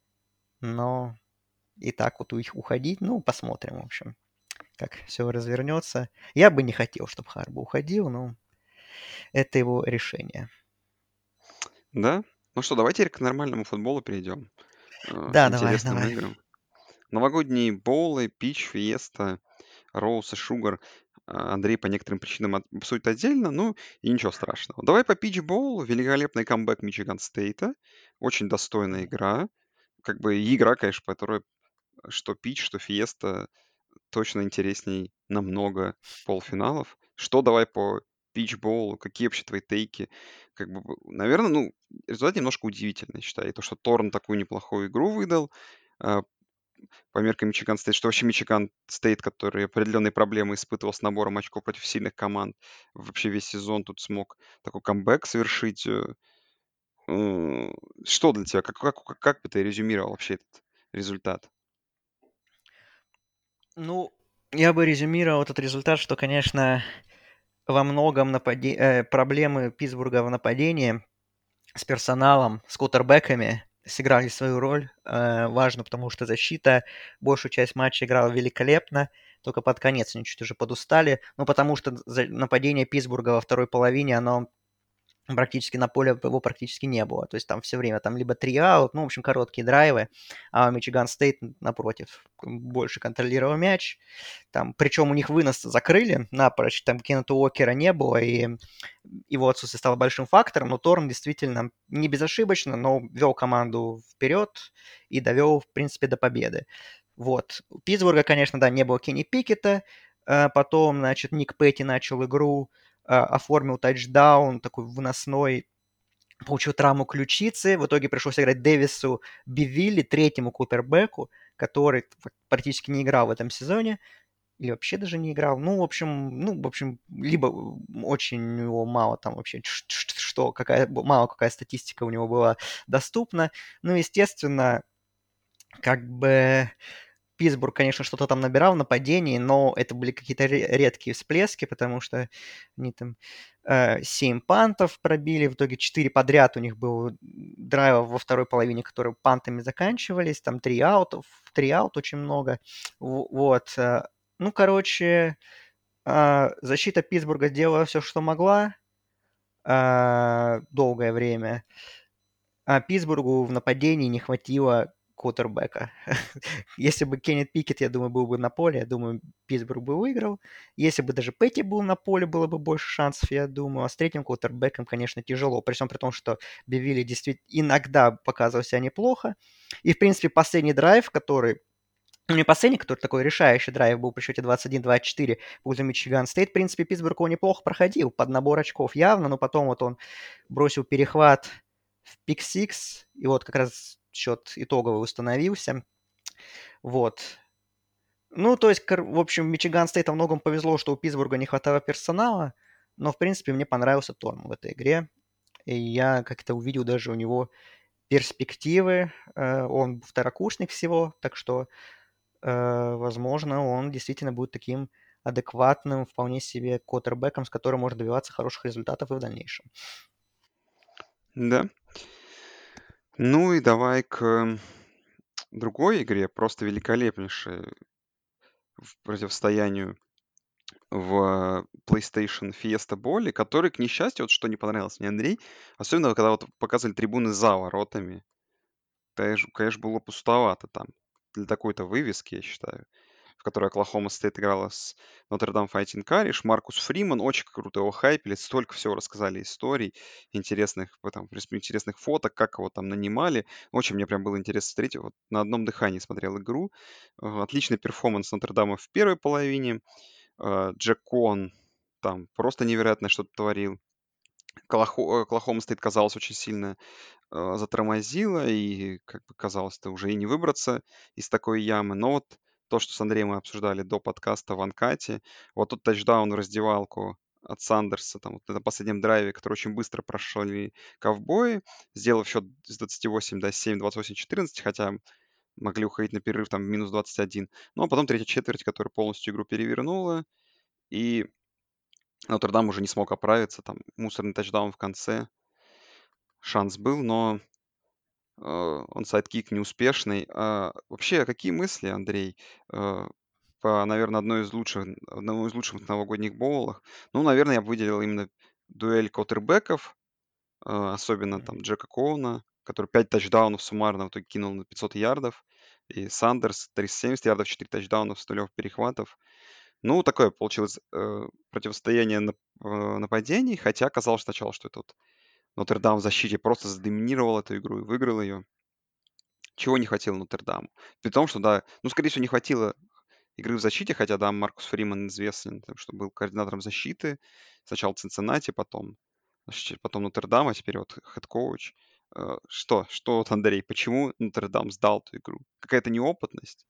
но и так вот у их уходить, ну, посмотрим, в общем, как все развернется. Я бы не хотел, чтобы Харба уходил, но это его решение. Да? Ну что, давайте к нормальному футболу перейдем, э, к Да, давай, интересным давай. играм. Новогодние боулы, пич, фиеста, роуз и шугар. А, Андрей по некоторым причинам от- обсудит отдельно, ну и ничего страшного. Давай по пич боулу. Великолепный камбэк Мичиган Стейта. Очень достойная игра. Как бы и игра, конечно, которая что пич, что фиеста точно интересней намного полуфиналов. Что давай по пич боулу? Какие вообще твои тейки? Как бы, наверное, ну, результат немножко удивительный, я считаю. И то, что Торн такую неплохую игру выдал, а, по меркам Мичиган Стейт, что вообще Мичиган Стейт, который определенные проблемы испытывал с набором очков против сильных команд, вообще весь сезон тут смог такой камбэк совершить. э, м, Что для тебя? Как, как, как как бы ты резюмировал вообще этот результат? Ну, я бы резюмировал этот результат, что, конечно, во многом нападе- э, проблемы Питтсбурга в нападении с персоналом, с квотербеками сыграли свою роль. Э, важно, потому что защита большую часть матча играла великолепно, только под конец они чуть уже подустали. Ну, потому что за- нападение Питтсбурга во второй половине, оно практически на поле его практически не было. То есть там все время там либо три аут, ну, в общем, короткие драйвы, а Мичиган Стейт, напротив, больше контролировал мяч. Там, причем у них вынос закрыли напрочь, там Кеннета Уокера не было, и его отсутствие стало большим фактором, но Торн действительно не безошибочно, но вел команду вперед и довел, в принципе, до победы. Вот. У Питтсбурга, конечно, да, не было Кенни Пикета, а потом, значит, Ник Петти начал игру, а, оформил тачдаун такой выносной, получил травму ключицы, в итоге пришлось играть Дэвису Бивилли, третьему кутербеку, который практически не играл в этом сезоне, или вообще даже не играл. Ну, в общем, ну, в общем, либо очень у него мало там вообще, что, какая, мало какая статистика у него была доступна. Ну, естественно, как бы Питтсбург, конечно, что-то там набирал в нападении, но это были какие-то редкие всплески, потому что они там э, семь пантов пробили, в итоге четыре подряд у них было драйва во второй половине, которые пантами заканчивались, там три аутов, три аут очень много. Вот. Э, ну, короче, э, защита Питтсбурга сделала все, что могла э, долгое время, а Питтсбургу в нападении не хватило квотербека. Если бы Кеннет Пикет, я думаю, был бы на поле, я думаю, Питтсбург бы выиграл. Если бы даже Петти был на поле, было бы больше шансов, я думаю. А с третьим квотербеком, конечно, тяжело. При всем при том, что Бивилли действительно иногда показывал себя неплохо. И, в принципе, последний драйв, который ну, не последний, который такой решающий драйв был при счете двадцать один двадцать четыре в пользу Мичиган Стейт. В принципе, Питтсбург его неплохо проходил под набор очков явно, но потом вот он бросил перехват в пик-сикс, и вот как раз счет итоговый установился. Вот. Ну, то есть, в общем, Мичиган Стейт во многом повезло, что у Питтсбурга не хватало персонала, но, в принципе, мне понравился Торн в этой игре. И я как-то увидел даже у него перспективы. Э, он второкурсник всего, так что, э, возможно, он действительно будет таким адекватным, вполне себе квотербеком, с которым можно добиваться хороших результатов и в дальнейшем. Да. Ну и давай к другой игре, просто великолепнейшей в противостоянию в PlayStation Fiesta Bowl, который, к несчастью, вот что не понравилось мне, Андрей, особенно когда вот показывали трибуны за воротами, конечно, конечно, было пустовато там для такой-то вывески, я считаю, в которой Оклахома Стейт играла с Notre-Dame Fighting Irish. Маркус Фриман, очень круто его хайпили, столько всего рассказали историй, интересных, в этом, в принципе, интересных фоток, как его там нанимали. Очень мне прям было интересно смотреть. Вот на одном дыхании смотрел игру. Э, Отличный перформанс Нотр-Дама в первой половине. Э, Джек Кон там просто невероятно что-то творил. Клахо- Оклахома Стейт казалось очень сильно э, затормозило, и, как бы казалось-то, уже и не выбраться из такой ямы. Но вот то, что с Андреем мы обсуждали до подкаста в Анкате, вот тот тачдаун в раздевалку от Сандерса, там, вот на последнем драйве, который очень быстро прошли ковбои, сделав счет с двадцати восьми до семь, двадцать восемь четырнадцать, хотя могли уходить на перерыв там минус двадцать один. Но потом третья четверть, которая полностью игру перевернула, и Нотр-Дам уже не смог оправиться, там мусорный тачдаун в конце, шанс был, но э, он сайдкик неуспешный. А вообще, какие мысли, Андрей, э, по, наверное, одной из лучших, одному из лучших новогодних боулах? Ну, наверное, я бы выделил именно дуэль квотербеков, э, особенно там Джека Коуна, который пять тачдаунов суммарно в итоге кинул на пятьсот ярдов, и Сандерс триста семьдесят ярдов, четыре тачдаунов с нулевых перехватов. Ну, такое получилось э, противостояние нап- э, нападений, хотя казалось сначала, что это вот Нотр-Дам в защите просто задоминировал эту игру и выиграл ее. Чего не хватило Нотр-Даму? При том, что, да, ну, скорее всего, не хватило игры в защите, хотя, да, Маркус Фриман известен тем, что был координатором защиты. Сначала Цинциннати, потом, щ- потом Нотр-Дам, а теперь вот хед-коуч. Э, Что? Что вот, Андрей, почему Нотр-Дам сдал эту игру? Какая-то неопытность?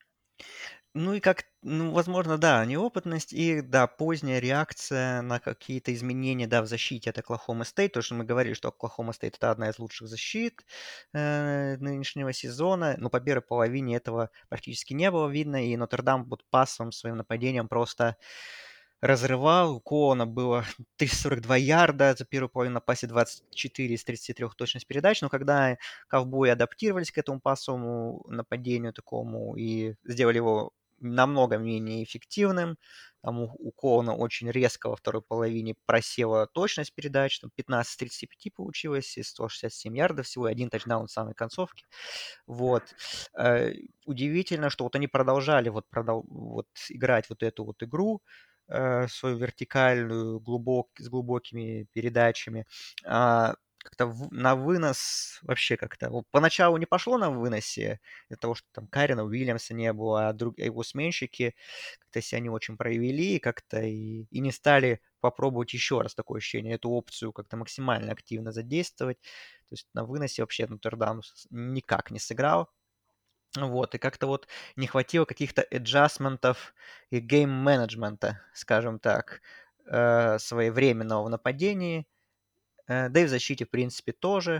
Ну и как, ну, возможно, да, неопытность и, да, поздняя реакция на какие-то изменения, да, в защите от Оклахома Стейт. То, что мы говорили, что Оклахома Стейт это одна из лучших защит э, нынешнего сезона. Но по первой половине этого практически не было видно. И Нотр-Дам вот пасом, своим нападением просто разрывал. У Коуна было триста сорок два ярда за первую половину на пасе, двадцать четыре из тридцати трёх точность передач. Но когда ковбои адаптировались к этому пасовому нападению такому и сделали его намного менее эффективным, там у, у Коуна очень резко во второй половине просела точность передач, там пятнадцать из тридцати пяти получилось, и сто шестьдесят семь ярдов всего, и один тачдаун в самой концовке. Вот. Э, Удивительно, что вот они продолжали вот, продол- вот играть вот эту вот игру, э, свою вертикальную, глубок, с глубокими передачами. А, как-то в- на вынос вообще как-то... Вот поначалу не пошло на выносе из-за того, что там Карина Уильямса не было, а, друг, а его сменщики как-то себя не очень провели, и как-то и, и не стали попробовать еще раз такое ощущение, эту опцию как-то максимально активно задействовать. То есть на выносе вообще Нотр-Дам никак не сыграл. Вот, и как-то вот не хватило каких-то эджастментов и гейм-менеджмента, скажем так, э, своевременного в нападении. Э, да и в защите, в принципе, тоже.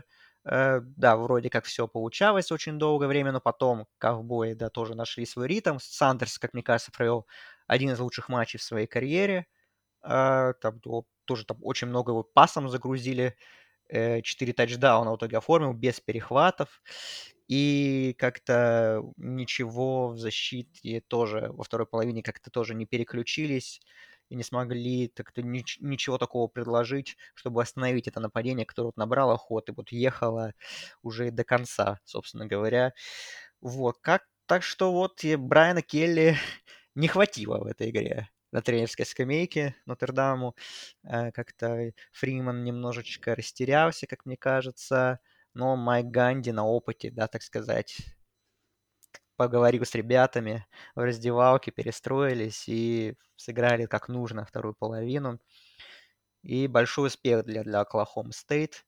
Э, да, вроде как все получалось очень долгое время, но потом ковбои, да, тоже нашли свой ритм. Сандерс, как мне кажется, провел один из лучших матчей в своей карьере. А, там то- тоже там очень много его пасом загрузили. Э, четыре тачдауна в итоге оформил без перехватов. И как-то ничего в защите тоже во второй половине как-то тоже не переключились и не смогли как-то нич- ничего такого предложить, чтобы остановить это нападение, которое вот набрало ход и вот ехало уже до конца, собственно говоря. Вот, как, так что вот и Брайана Келли не хватило в этой игре на тренерской скамейке Нотр-Даму. Э, Как-то Фриман немножечко растерялся, как мне кажется, но Майк Ганди на опыте, да, так сказать, поговорил с ребятами в раздевалке, перестроились и сыграли как нужно вторую половину. И большой успех для, для Оклахома Стейт.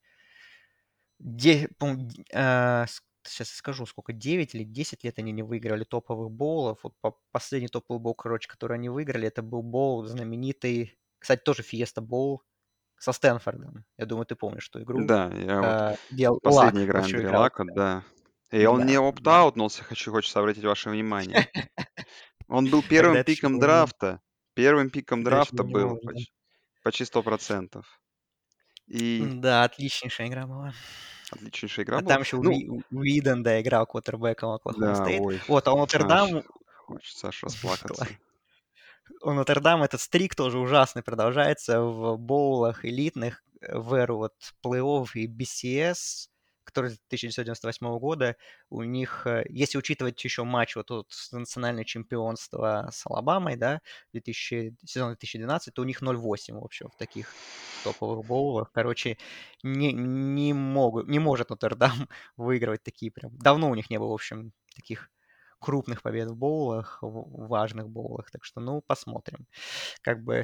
Де, по-моему, д- а, с- сейчас скажу, сколько, девять или десять лет они не выиграли топовых боулов. Вот по- последний топовый боул, короче, который они выиграли, это был боул знаменитый, кстати, тоже Фиеста Боул со Стэнфордом. Я думаю, ты помнишь ту игру, Да, я вот а, где последняя Лак игра еще Андре играл Лака, тогда. да. И он не Да, да. опт-аутнулся, хочу, хочется обратить ваше внимание. Он был Тогда первым это еще пиком было не, драфта. Первым пиком тогда еще драфта было не был можно. почти, почти сто процентов. И Да, отличнейшая игра была. отличнейшая игра А была. там еще Ну, Уи- Уидон, да, играл квотербеком Оклахома да, Стейт. ой, Вот, а у аж Нотр-Дам хочется аж расплакаться. у Нотр-Дам этот стрик тоже ужасный продолжается в боулах элитных э, в эру вот плей-офф и би си эс, который с тысяча девятьсот девяносто восьмого года. У них, э, если учитывать еще матч вот тут с национальное чемпионство с Алабамой, да, две тысячи, сезон две тысячи двенадцатый, то у них ноль восемь в общем в таких топовых боулах. Короче, не, не, могут, не может Нотр-Дам выигрывать такие прям. Давно у них не было, в общем, таких крупных побед в боулах, в важных боулах. Так что, ну, посмотрим. Как бы,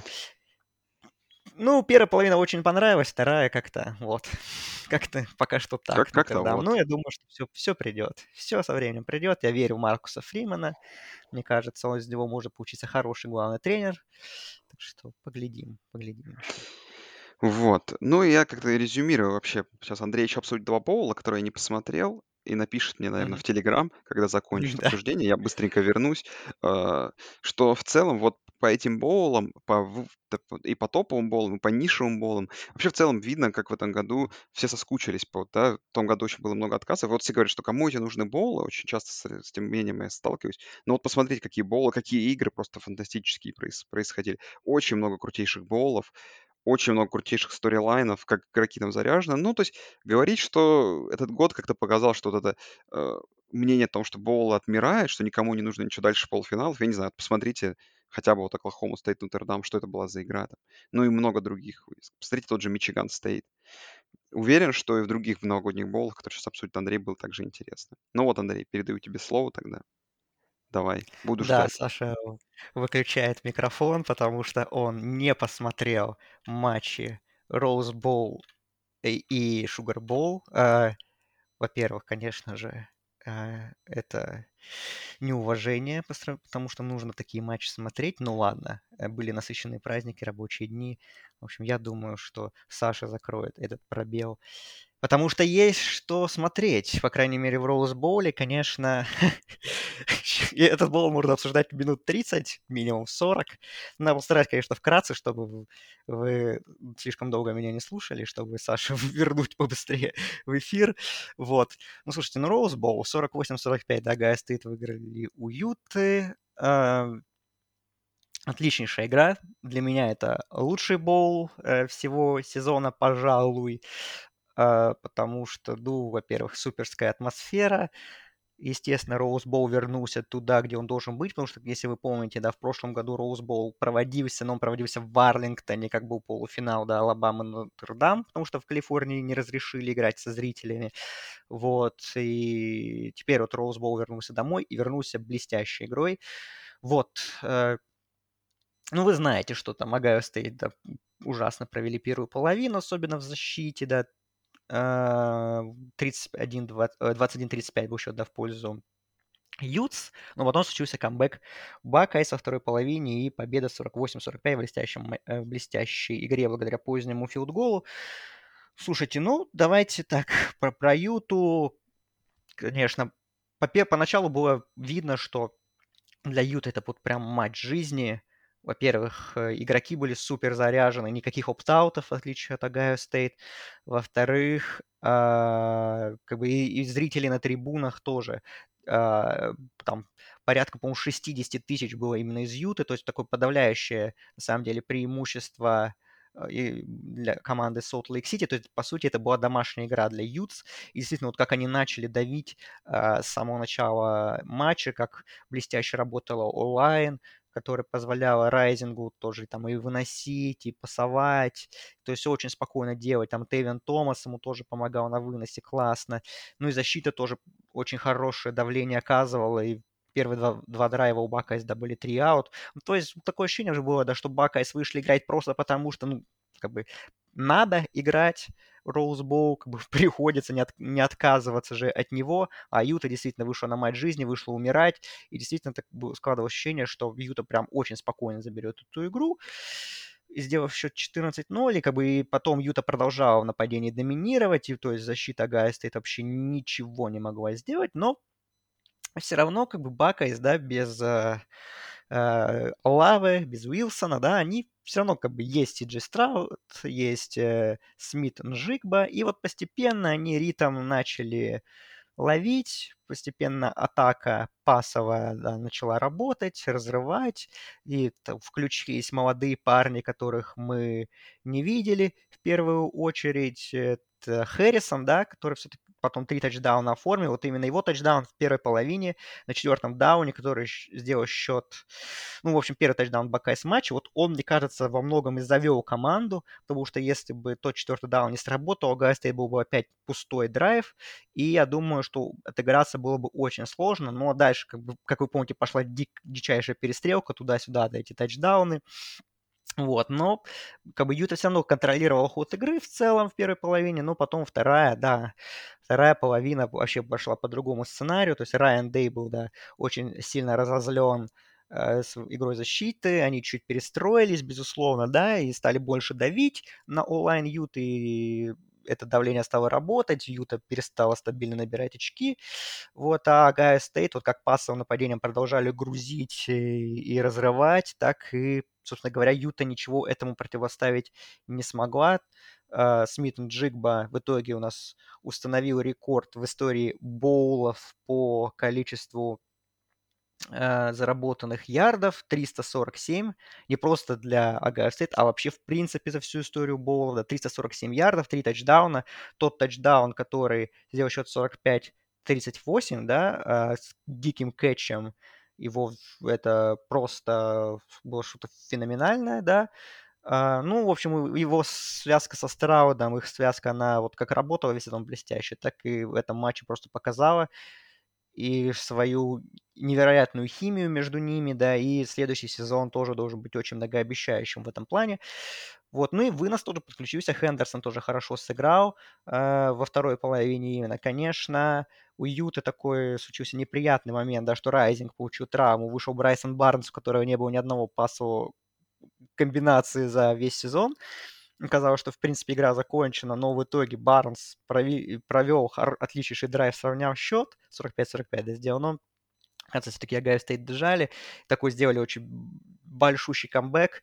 ну, первая половина очень понравилась, вторая как-то, вот, как-то пока что Как- так, Как-то Нотр-Дам. Ну, вот. я думаю, что все, все придет. Все со временем придет. Я верю в Маркуса Фримана. Мне кажется, он из него может получиться хороший главный тренер. Так что поглядим, поглядим еще. Вот. Ну, и я как-то резюмирую вообще. Сейчас Андрей еще обсудит два боула, которые я не посмотрел, и напишет мне, наверное, Мгм. в Телеграм, когда закончит Да. обсуждение. Я быстренько вернусь. А, Что в целом вот по этим боулам, по, в- т- п- и по топовым боулам, и по нишевым боулам, вообще в целом видно, как в этом году все соскучились. По, да? В том году очень было много отказов. Вот все говорят, что кому эти нужны боулы, очень часто с, с тем мнением я сталкиваюсь. Но вот посмотрите, какие боулы, какие игры просто фантастические проис- происходили. Очень много крутейших боулов. Очень много крутейших сторилайнов, как игроки там заряжены. Ну, то есть говорить, что этот год как-то показал, что вот это э, мнение о том, что боул отмирает, что никому не нужно ничего дальше полуфиналов, я не знаю, посмотрите хотя бы вот Оклахома Стейт Нотр-Дам, что это была за игра там. Ну и много других. Посмотрите тот же Мичиган Стейт. Уверен, что и в других новогодних боулах, которые сейчас обсудит Андрей, было также интересно. Ну вот, Андрей, передаю тебе слово тогда. Давай, буду Да, ждать. Саша выключает микрофон, потому что он не посмотрел матчи Rose Bowl и и Sugar Bowl. А, Во-первых, конечно же, а, это неуважение, по сра- потому что нужно такие матчи смотреть. Ну ладно, э, были насыщенные праздники, рабочие дни. В общем, я думаю, что Саша закроет этот пробел. Потому что есть что смотреть, по крайней мере, в Роуз Боуле, конечно. И этот боул можно обсуждать минут тридцать, минимум сорок. Надо постараться, конечно, вкратце, чтобы в- вы слишком долго меня не слушали, чтобы Сашу вернуть побыстрее в эфир. Вот. Ну, слушайте, ну, Роуз Боул сорок восемь сорок пять, да, Гайя Стейт выиграли у Юты. А, Отличнейшая игра. Для меня это лучший боул э, всего сезона, пожалуй. А, потому что, ну, во-первых, суперская атмосфера. Естественно, Роуз Боул вернулся туда, где он должен быть, потому что, если вы помните, да, в прошлом году Роуз Боул проводился, но он проводился в Арлингтоне, как был полуфинал, да, Алабама Нотр-Дам, потому что в Калифорнии не разрешили играть со зрителями. Вот, и теперь вот Роуз Боул вернулся домой и вернулся блестящей игрой. Вот, э, ну, вы знаете, что там Огайо Стейт, да, ужасно провели первую половину, особенно в защите, да, а, тридцать один двадцать, э, двадцать один тридцать пять был счет, да, в пользу Ютс, но потом случился камбэк Бакайс во второй половине и победа сорок восемь сорок пять в блестящем, ма- э, в блестящей игре благодаря позднему филдголу. Слушайте, ну, давайте так, про, про Юту, конечно, по, пе- поначалу было видно, что для Юта это вот прям матч жизни. Во-первых, э, игроки были супер заряжены, никаких опт-аутов, в отличие от Огайо Стейт. Во-вторых, а, как бы и, и зрители на трибунах тоже. А, там порядка, по-моему, шестьдесят тысяч было именно из Юты, то есть такое подавляющее, на самом деле, преимущество э, и для команды Salt Lake City. То есть, по сути, это была домашняя игра для Ютс. И действительно, вот как они начали давить а, с самого начала матча, как блестяще работала онлайн, которая позволяла Райзингу тоже там и выносить, и пасовать, то есть очень спокойно делать. Там Тейвен Томас ему тоже помогал на выносе классно. Ну и защита тоже очень хорошее давление оказывала, и первые два, два драйва у Бакайс были три аут. Ну, то есть такое ощущение уже было, да, что Бакайс вышли играть просто потому, что, ну, как бы надо играть Роуз Боул, как бы приходится не, от, не отказываться же от него, а Юта действительно вышла на матч жизни, вышла умирать, и действительно так складывалось ощущение, что Юта прям очень спокойно заберет эту игру, и сделав счет четырнадцать ноль, и как бы и потом Юта продолжала в нападении доминировать, и то есть защита Гайя Стейт вообще ничего не могла сделать, но все равно как бы Бакайс, да, без э, э, Олавы, без Уилсона, да, они все равно как бы есть Ти Джей Страут, есть э, Смит Нжикба, и вот постепенно они ритм начали ловить, постепенно атака пасовая, да, начала работать, разрывать, и т- включились молодые парни, которых мы не видели в первую очередь. Это Хэррисон, да, который все-таки потом три тачдауна оформил. Вот именно его тачдаун в первой половине, на четвертом дауне, который щ- сделал счет, ну, в общем, первый тачдаун Бакайс матча. Вот он, мне кажется, во многом и завел команду, потому что если бы тот четвертый даун не сработал, у Гайя был бы опять пустой драйв, и я думаю, что отыграться было бы очень сложно. Но дальше, как, бы, как вы помните, пошла дик, дичайшая перестрелка туда-сюда, да, эти тачдауны. Вот, но как бы Юта все равно контролировал ход игры в целом в первой половине, но потом вторая, да, вторая половина вообще пошла по другому сценарию. То есть Райан Дэй был, да, очень сильно разозлен э, с игрой защиты, они чуть перестроились, безусловно, да, и стали больше давить на онлайн Юты, и это давление стало работать, Юта перестала стабильно набирать очки. Вот, а Гайо Стейт, вот как пассовым нападением продолжали грузить и, и разрывать, так и, собственно говоря, Юта ничего этому противоставить не смогла. А, Смит Джигба в итоге у нас установил рекорд в истории боулов по количеству э, заработанных ярдов, триста сорок семь, не просто для Огайо Стейт, а вообще в принципе за всю историю боула, да, триста сорок семь ярдов, три тачдауна, тот тачдаун, который сделал счет сорок пять тридцать восемь, да, а, с диким кэтчем, его в- это просто было что-то феноменальное, да. А, ну, в общем, его связка со Страудом, их связка, она вот как работала весь сезон блестяще, так и в этом матче просто показала и свою невероятную химию между ними, да, и следующий сезон тоже должен быть очень многообещающим в этом плане. Вот, ну и вынос тоже подключился, Хендерсон тоже хорошо сыграл э, во второй половине именно. Конечно, у Юты такой случился неприятный момент, да, что Райзинг получил травму, вышел Брайсон Барнс, у которого не было ни одного пасового комбинации за весь сезон. Казалось, что, в принципе, игра закончена, но в итоге Барнс прови- провел хор- отличнейший драйв, сравнял счет, сорок пять сорок пять, да, сделал он. В конце все-таки Агайо Стейт дожали, такой сделали очень большущий камбэк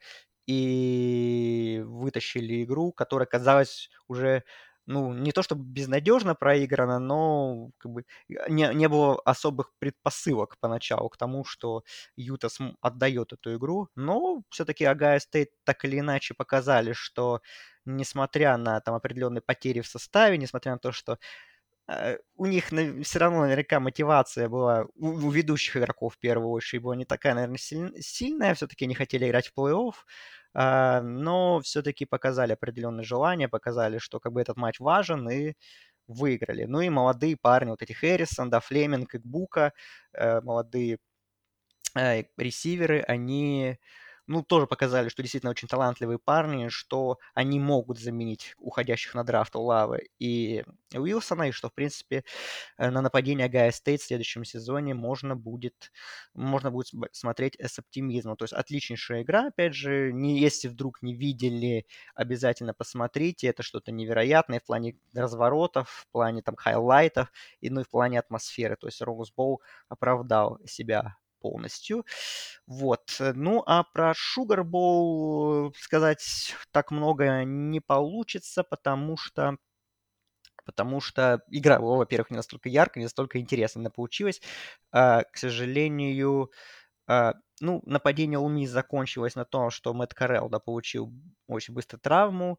и вытащили игру, которая казалась уже, ну, не то чтобы безнадежно проиграна, но как бы не, не было особых предпосылок поначалу к тому, что Юта см- отдает эту игру. Но все-таки Агайо Стейт так или иначе показали, что несмотря на там определенные потери в составе, несмотря на то, что э, у них все равно наверняка мотивация была, у, у ведущих игроков в первую очередь была не такая, наверное, силь- сильная, все-таки они хотели играть в плей-офф, а, но все-таки показали определенное желание, показали, что как бы этот матч важен, и выиграли. Ну и молодые парни, вот эти Хэррисон, да, Флеминг и Бука, э, молодые э, ресиверы, они ну, тоже показали, что действительно очень талантливые парни, что они могут заменить уходящих на драфт Олавы и Уилсона, и что, в принципе, э, на нападение Гая Стейт в следующем сезоне можно будет, можно будет см- смотреть с оптимизмом. То есть отличнейшая игра, опять же, не, если вдруг не видели, обязательно посмотрите, это что-то невероятное в плане разворотов, в плане там хайлайтов, и ну и в плане атмосферы. То есть Роуз Боул оправдал себя полностью. Вот. Ну, а про Sugar Bowl сказать так много не получится, потому что потому что игра, во- во-первых, не настолько яркая, не настолько интересная она получилась. А, к сожалению, а, ну, нападение Луми закончилось на том, что Мэтт Карелл, да, получил очень быстро травму,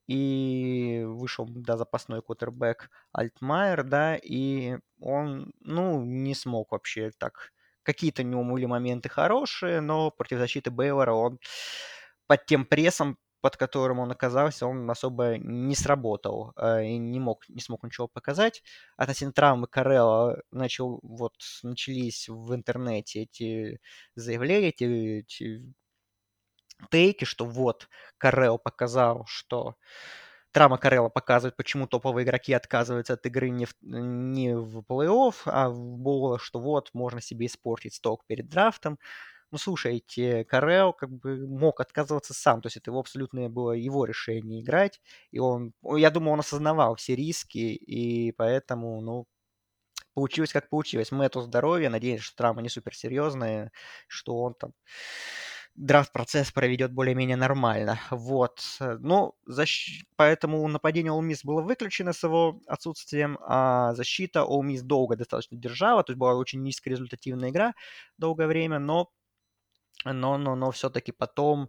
и вышел, да, запасной квотербек Альтмайер, да, и он, ну, не смог вообще так. Какие-то у него были моменты хорошие, но против защиты Бейлора он под тем прессом, под которым он оказался, он особо не сработал э, и не мог, не смог ничего показать. Относительно травмы Карелла начал, вот, начались в интернете эти заявления, эти, эти тейки, что вот Карелл показал, что травма Карелла показывает, почему топовые игроки отказываются от игры не в, не в плей-офф, а в боулах, что вот, можно себе испортить сток перед драфтом. Ну, слушайте, Карел как бы мог отказываться сам, то есть это его абсолютно было его решение играть, и он, я думаю, он осознавал все риски, и поэтому, ну, получилось как получилось. Мэтту здоровья, надеюсь, что травма не суперсерьезная, что он там драфт-процесс проведет более-менее нормально. Вот. Ну, защ... поэтому нападение Ole Miss было выключено с его отсутствием, а защита Ole Miss долго достаточно держала, то есть была очень низкорезультативная игра долгое время, но но, но, но все-таки потом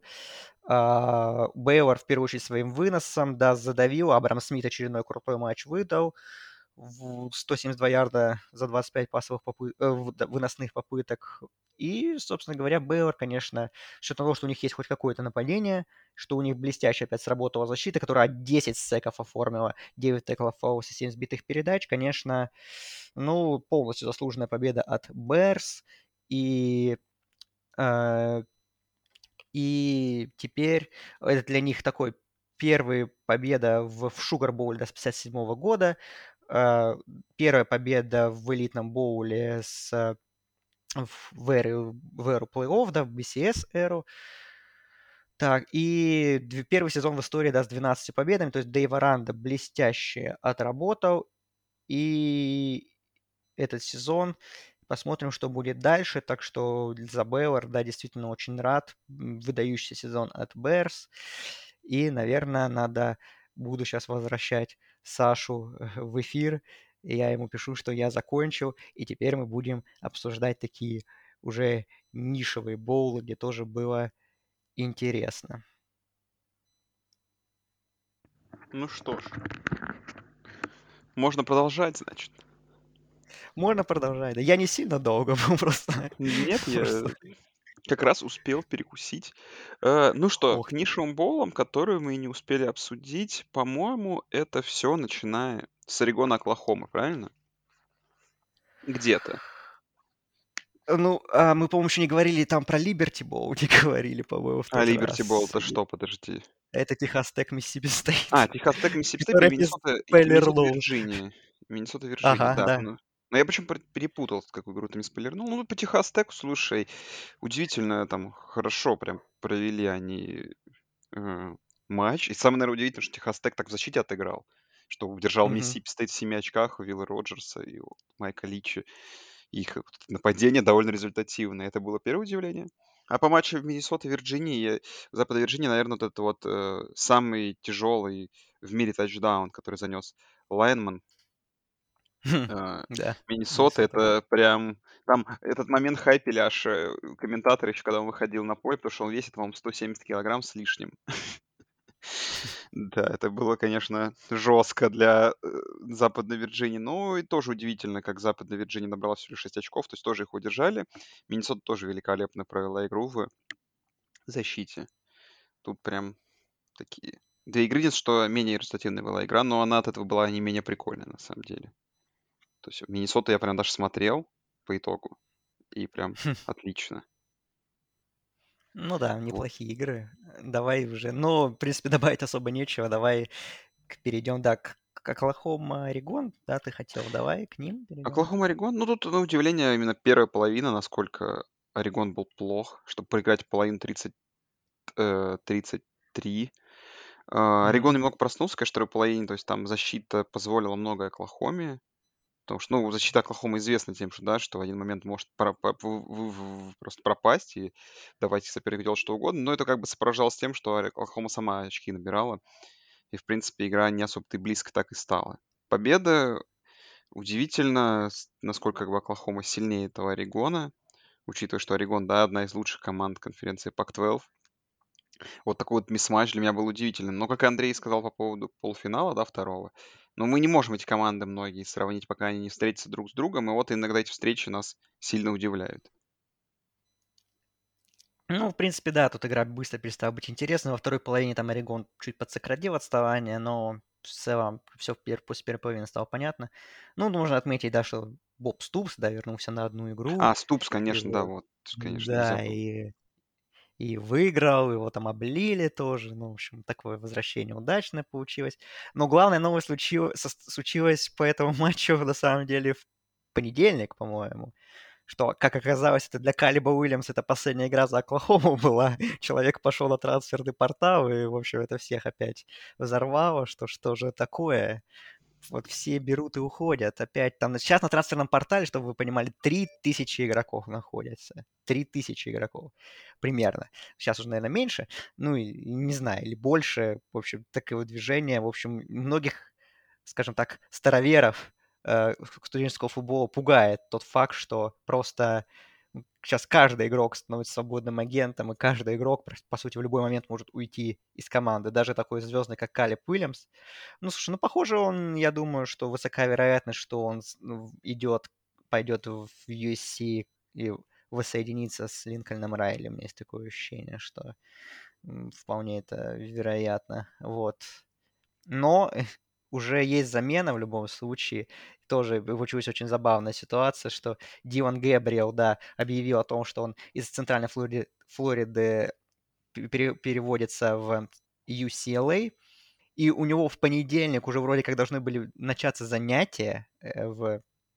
а, Бейлор, в первую очередь, своим выносом, да, задавил. Абрам Смит очередной крутой матч выдал. В сто семьдесят два ярда за двадцать пять пасовых попы- э, в- да, выносных попыток. И, собственно говоря, Бейлор, конечно, с учетом того, что у них есть хоть какое-то нападение, что у них блестяще опять сработала защита, которая десять секов оформила, девять теклов фауса, семь сбитых передач, конечно, ну, полностью заслуженная победа от Берс. И э, и теперь это для них такой первая победа в, в Sugar Bowl до пятьдесят седьмого года, э, первая победа в элитном боуле с э, в эру, в эру плей-офф, да, в би си эс-эру. Так, и дв- первый сезон в истории, да, с двенадцатью победами, то есть Дэйв Аранда блестяще отработал, и этот сезон. Посмотрим, что будет дальше. Так что за Бейлор, да, действительно очень рад. М, Выдающийся сезон от Берс. И, наверное, надо буду сейчас возвращать Сашу э, в эфир. И я ему пишу, что я закончил. И теперь мы будем обсуждать такие уже нишевые боулы, где тоже было интересно. Ну что ж, можно продолжать, значит. Можно продолжать. Да я не сильно долго был, просто, Нет, я просто. как раз успел перекусить. Э, ну что, Ох к ты. нишевым боулам, которые мы не успели обсудить, по-моему, это все начиная с Орегона, Оклахомы, правильно? Где-то. Ну, а мы, по-моему, еще не говорили там про Liberty Bowl, не говорили, по-моему, в А тот Либерти Болл раз. это что? Подожди. Это Техас Тек, Миссисипи А, Стейт, Техас Тек, Миссисипи Стейт и который без Миннесота, и Миннесота, спойлернул. Вирджиния. Миннесота, Вирджиния, Ага, да. да. Ну, но я почему перепутал, какую игру ты мне спойлернул. Ну, по Техас Теку, слушай, удивительно, там хорошо прям провели они э, матч. И самое, наверное, удивительное, что Техас Тек так в защите отыграл, что удержал Мгм. Миссисипи Стейт в семи очках у Вилла Роджерса и у Майка Личи. Их вот нападение довольно результативное. Это было первое удивление. А по матчу в Миннесота, Вирджинии, я- Западной Вирджинии, наверное, вот это вот э, самый тяжелый в мире тачдаун, который занес Лайнман. Э, Да, Миннесота, Миннесота. это прям... Там этот момент хайпели аж э, комментатор еще, когда он выходил на поле, потому что он весит, по-моему, сто семьдесят килограмм с лишним. Да, это было, конечно, жестко для э, Западной Вирджинии. Ну и тоже удивительно, как Западная Вирджиния набрала всего лишь шесть очков, то есть тоже их удержали. Миннесота тоже великолепно провела игру в защите. Тут прям такие две игры, единственное, что менее результативная была игра, но она от этого была не менее прикольная на самом деле. То есть Миннесоту я прям даже смотрел по итогу, и прям отлично. Ну да, Вот. неплохие игры. Давай уже. Ну, в принципе, добавить особо нечего. Давай к- перейдем, да, к, к Оклахома Орегон. Да, ты хотел. Давай к ним перейдем. Оклахома, Орегон. Ну, тут, на удивление, именно первая половина, насколько Орегон был плох, чтобы проиграть половину тридцать, э, тридцать три. А, Орегон Мгм. немного проснулся, конечно, в второй половине, то есть там защита позволила многое Оклахоме. Потому что, ну, защита Оклахомы известна тем, что, да, что в один момент может пора- по- в- в- в- просто пропасть и давать сопернику делать что угодно. Но это как бы сопровождалось тем, что Оклахома сама очки набирала. И, в принципе, игра не особо-то и близко так и стала. Победа удивительно, с- насколько как бы Оклахома сильнее этого Орегона, учитывая, что Орегон, да, одна из лучших команд конференции пак двенадцать. Вот такой вот мисс-матч для меня был удивительным. Но, как и Андрей сказал по поводу полуфинала, да, второго, но мы не можем эти команды многие сравнить, пока они не встретятся друг с другом, и вот иногда эти встречи нас сильно удивляют. Ну, в принципе, да, тут игра быстро перестала быть интересной. Во второй половине там Орегон чуть подсократил отставание, но в целом все после первой половины стало понятно. Ну, нужно отметить, да, что Боб Ступс, да, вернулся на одну игру. А, Ступс, конечно, да, Его, вот, конечно, не да, забыл. и И выиграл, его там облили тоже. Ну, в общем, такое возвращение удачное получилось. Но главная новость случилась, случилась по этому матчу, на самом деле, в понедельник, по-моему. Что, как оказалось, это для Калиба Уильямса это последняя игра за Оклахому была. Человек пошел на трансферный портал, и, в общем, это всех опять взорвало, что что же такое. Вот все берут и уходят. Опять там сейчас на трансферном портале, чтобы вы понимали, три тысячи игроков находятся. Три тысячи игроков примерно. Сейчас уже, наверное, меньше. Ну, и, и не знаю, или больше. В общем, такое движение. В общем, многих, скажем так, староверов э, студенческого футбола пугает тот факт, что просто сейчас каждый игрок становится свободным агентом, и каждый игрок, по сути, в любой момент может уйти из команды. Даже такой звездный, как Калеб Уильямс. Ну, слушай, ну, похоже, он, я думаю, что высока вероятность, что он с- ну, идет, пойдет в ю эс си и воссоединится с Линкольном Райли. У меня есть такое ощущение, что м, вполне это вероятно. Вот. Но уже есть замена в любом случае. Тоже получилась очень забавная ситуация, что Диван Гэбриэл, да, объявил о том, что он из Центральной Флориды, Флориды пере- переводится в ю си эл эй, и у него в понедельник уже вроде как должны были начаться занятия э, в,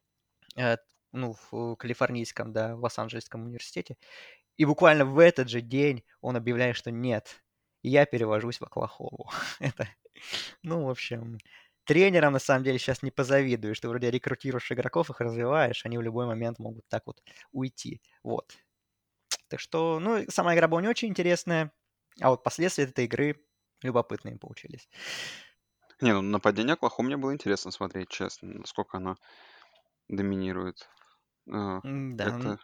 э, ну, в Калифорнийском, да, в Лос-Анджелесском университете. И буквально в этот же день он объявляет, что нет, я перевожусь в Оклахому. Это, ну, в общем, тренерам на самом деле сейчас не позавидуешь. Ты вроде рекрутируешь игроков, их развиваешь, они в любой момент могут так вот уйти. Вот. Так что, ну, сама игра была не очень интересная, а вот последствия этой игры любопытные получились. Не, ну нападение Оклахомы мне было интересно смотреть, честно, насколько оно доминирует. А, Да, Это...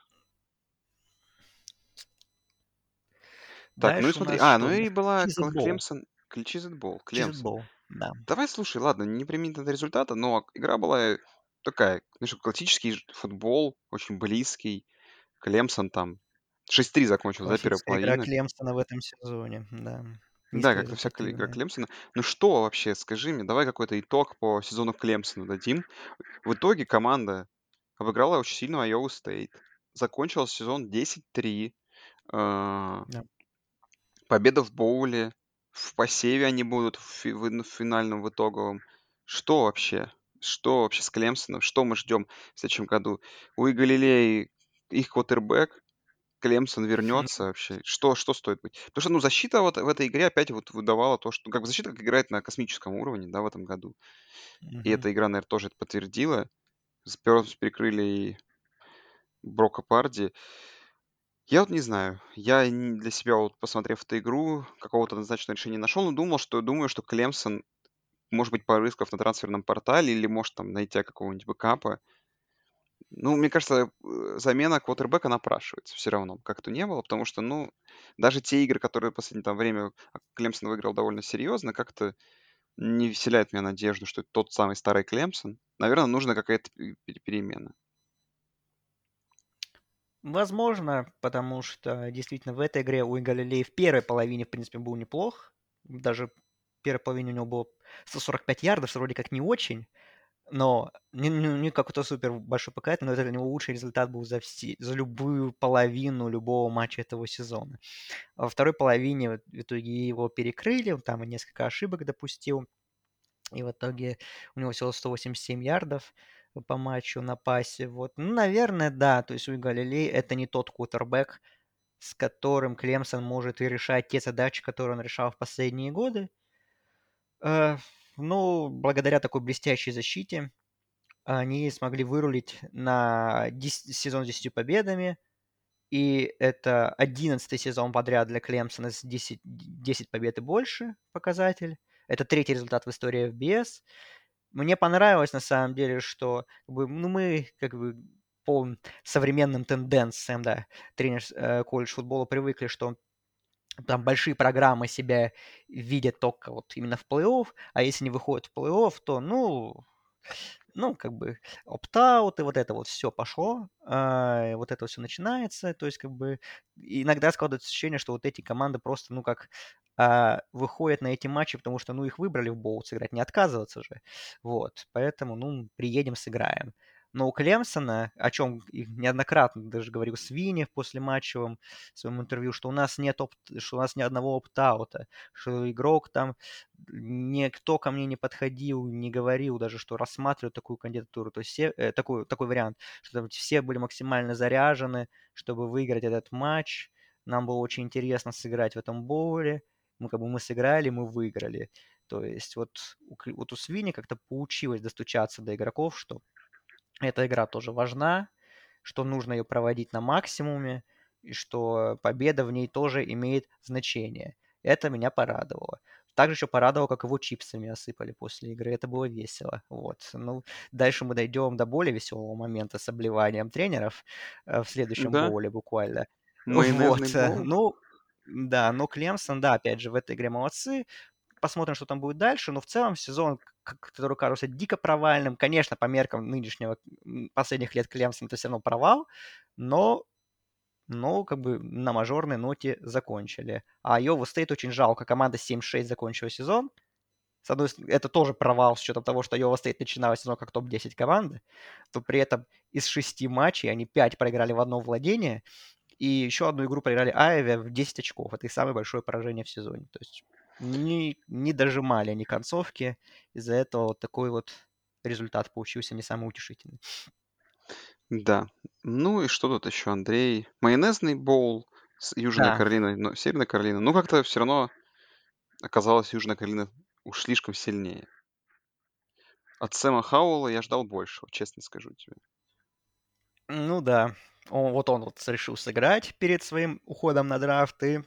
Так, ну и дальше у смотри. нас А, ну что? и была Чизет Кл- Боул. Клемсон, Кличизет Бол, Чизет Клемсон. Боул, да. Давай, слушай, ладно, не применительно до результата, но игра была такая, знаешь, классический ж- футбол, очень близкий. Клемсон там шесть три закончил, за первой Классическая игра половины. Клемсона в этом сезоне, да. Да, как-то вся кл- игра Низкорезультативная. Клемсона. Ну что вообще, скажи мне, давай какой-то итог по сезону Клемсона дадим. В итоге команда обыграла очень сильно Айову Стейт. Закончила сезон десять три. э, Да. Победа в боуле. В посеве они будут в, фи- в ин- в финальном, в итоговом. Что вообще? Что вообще с Клемсоном? Что мы ждем в следующем году? У Галилеи их квотербек. Клемсон вернется вообще? Что, что стоит быть? Потому что, ну, защита вот в этой игре опять вот выдавала то, что... ну, как бы защита как играет на космическом уровне, да, в этом году. И Мгм. эта игра, наверное, тоже это подтвердила. С Пёрс перекрыли и Брока Парди. Я вот не знаю. Я н- для себя, вот посмотрев эту игру, какого-то однозначного решения не нашел, но думал, что думаю, что Клемсон, может быть, порыскав на трансферном портале или, может, там, найти какого-нибудь бэкапа. Ну, мне кажется, э, замена квотербека напрашивается все равно, как то не было, потому что, ну, даже те игры, которые в последнее там время а, Клемсон выиграл довольно серьезно, как-то не вселяет меня надежду, что это тот самый старый Клемсон. Наверное, нужна какая-то пе- пе- перемена. Возможно, потому что действительно в этой игре у Галилеи в первой половине, в принципе, был неплох. Даже в первой половине у него было сто сорок пять ярдов, что вроде как не очень. но не, не, не какой-то супер большой показатель, но это для него лучший результат был за, все, за любую половину любого матча этого сезона. А во второй половине вот в итоге его перекрыли, он там и несколько ошибок допустил, и в итоге у него всего сто восемьдесят семь ярдов по матчу на пасе. Вот. Ну, наверное, да, то есть у Галилей это не тот квотербек, с которым Клемсон может и решать те задачи, которые он решал в последние годы. Э, ну, благодаря такой блестящей защите они смогли вырулить на десять сезон с десятью победами, и это одиннадцатый сезон подряд для Клемсона с десять, десять побед и больше показатель. Это третий результат в истории эф би эс. Мне понравилось, на самом деле, что как бы, ну, мы как бы по современным тенденциям, да, тренер э, колледж футбола привыкли, что там большие программы себя видят только вот именно в плей-офф, а если не выходят в плей-офф, то, ну, ну, как бы опт-аут и вот это вот все пошло, а, вот это все начинается, то есть как бы иногда складывается ощущение, что вот эти команды просто, ну, как а, выходят на эти матчи, потому что, ну, их выбрали в боул сыграть, не отказываться же, вот, поэтому, ну, приедем, сыграем. Но у Клемсона, о чем неоднократно даже говорил Свинев после матчевом в своем интервью, что у нас нет опт, что у нас ни одного опт-аута, что игрок там никто ко мне не подходил, не говорил даже, что рассматривают такую кандидатуру, то есть все, э, такой, такой вариант, что там все были максимально заряжены, чтобы выиграть этот матч. Нам было очень интересно сыграть в этом боуле. Мы как бы мы сыграли, мы выиграли. То есть вот у, Кли- вот у Свини как-то получилось достучаться до игроков, что эта игра тоже важна, что нужно ее проводить на максимуме, и что победа в ней тоже имеет значение. Это меня порадовало. Также еще порадовало, как его чипсами осыпали после игры. Это было весело. Вот. Ну, дальше мы дойдем до более веселого момента с обливанием тренеров э, в следующем Да, боуле буквально. майонезный Вот. э, боул. Ну, да, но Клемсон, да, опять же, в этой игре молодцы. Посмотрим, что там будет дальше. Но в целом сезон, к- который кажется дико провальным, конечно, по меркам нынешнего, м, последних лет Клемсон, это все равно провал, но, но как бы на мажорной ноте закончили. А Iowa State очень жалко. Команда семь шесть закончила сезон. С одной стороны, это тоже провал с учетом того, что Iowa State начинала сезон как топ десять команды, то при этом из шести матчей они пять проиграли в одно владение, и еще одну игру проиграли Айове в десять очков. Это их самое большое поражение в сезоне. То есть не, не дожимали они концовки. Из-за этого вот такой вот результат получился не самый утешительный. Да. Ну и что тут еще, Андрей? Майонезный боул с Южной Да, Каролиной, но Северной Каролиной. Ну, как-то все равно оказалась Южная Каролина уж слишком сильнее. От Сэма Хауэлла я ждал большего, честно скажу тебе. ну да. Он, вот он вот решил сыграть перед своим уходом на драфт. И,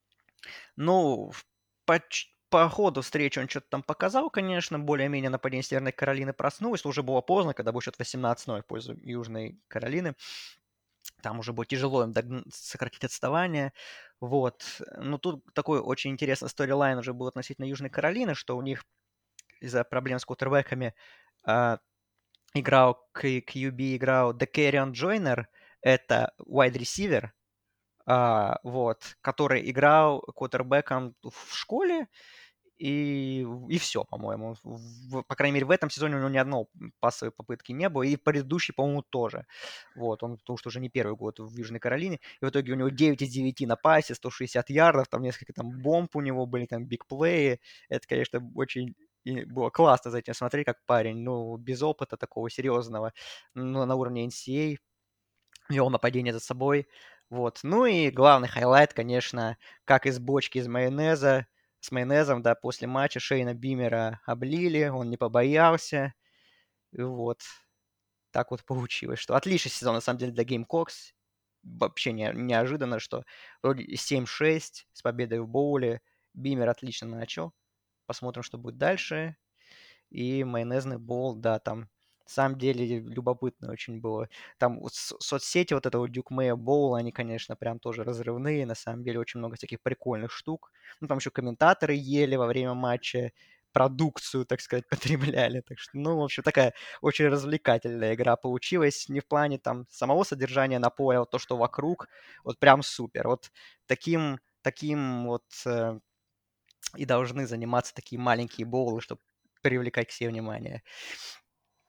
ну, в- по, ч- по ходу встречи он что-то там показал, конечно. Более-менее нападение Северной Каролины проснулось. Но уже было поздно, когда был счет восемнадцать ноль в пользу Южной Каролины. Там уже будет тяжело им догн- сократить отставание. Вот. Но тут такой очень интересный сторилайн уже был относительно Южной Каролины, что у них из-за проблем с квотербеками а, играл к- QB, играл Декэрион Джойнер, это wide receiver, а, вот, который играл квотербеком в школе, и, и все, по-моему. В- по крайней мере, в этом сезоне у него ни одной пасовой попытки не было, и предыдущий, по-моему, тоже. Вот, он, потому что уже не первый год в Южной Каролине. И в итоге у него девять из девяти на пасе, сто шестьдесят ярдов, там несколько там бомб у него были, там бигплеи. Это, конечно, очень и было классно за этим смотреть, как парень, ну, без опыта такого серьезного, но на уровне эн си эй вел нападение за собой. Вот. Ну и главный хайлайт, конечно, как из бочки из майонеза, с майонезом, да, после матча Шейна Бимера облили, он не побоялся. И вот так вот получилось, что отличный сезон, на самом деле, для Gamecocks. Вообще не, неожиданно, что вроде семь шесть с победой в боуле. Бимер отлично начал. Посмотрим, что будет дальше. И майонезный бол, да, там на самом деле любопытно очень было. Там вот с- соцсети вот этого Дюкмея Боула, они, конечно, прям тоже разрывные. На самом деле очень много всяких прикольных штук. Ну, там еще комментаторы ели во время матча, продукцию, так сказать, потребляли. Так что, ну, в общем, такая очень развлекательная игра получилась. Не в плане там самого содержания на поле, а вот то, что вокруг, вот прям супер. Вот таким, таким вот э, и должны заниматься такие маленькие боулы, чтобы привлекать к себе внимание.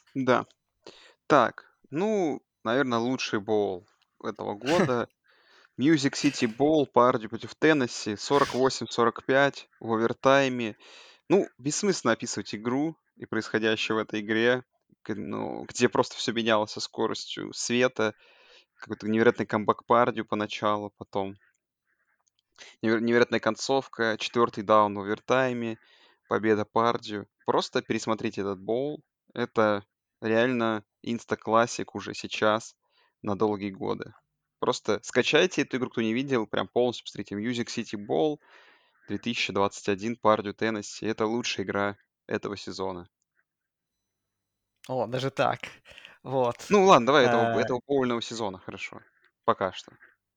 Да. Так, ну, наверное, лучший боул этого года. Music City Bowl, Пардию против Теннесси, сорок восемь сорок пять в овертайме. Ну, бессмысленно описывать игру и происходящее в этой игре, к- ну, где просто все менялось со скоростью света, какой-то невероятный камбэк Пардию поначалу, потом невер- невероятная концовка, четвертый даун в овертайме, победа Пардию. Просто пересмотрите этот боул. Это реально инста-классик уже сейчас на долгие годы. Просто скачайте эту игру, кто не видел, прям полностью посмотрите. Music City Bowl две тысячи двадцать один, Пардию, Теннесси. Это лучшая игра этого сезона. О, даже так. Вот. Ну ладно, давай этого, А, этого боульного сезона, хорошо. Пока что.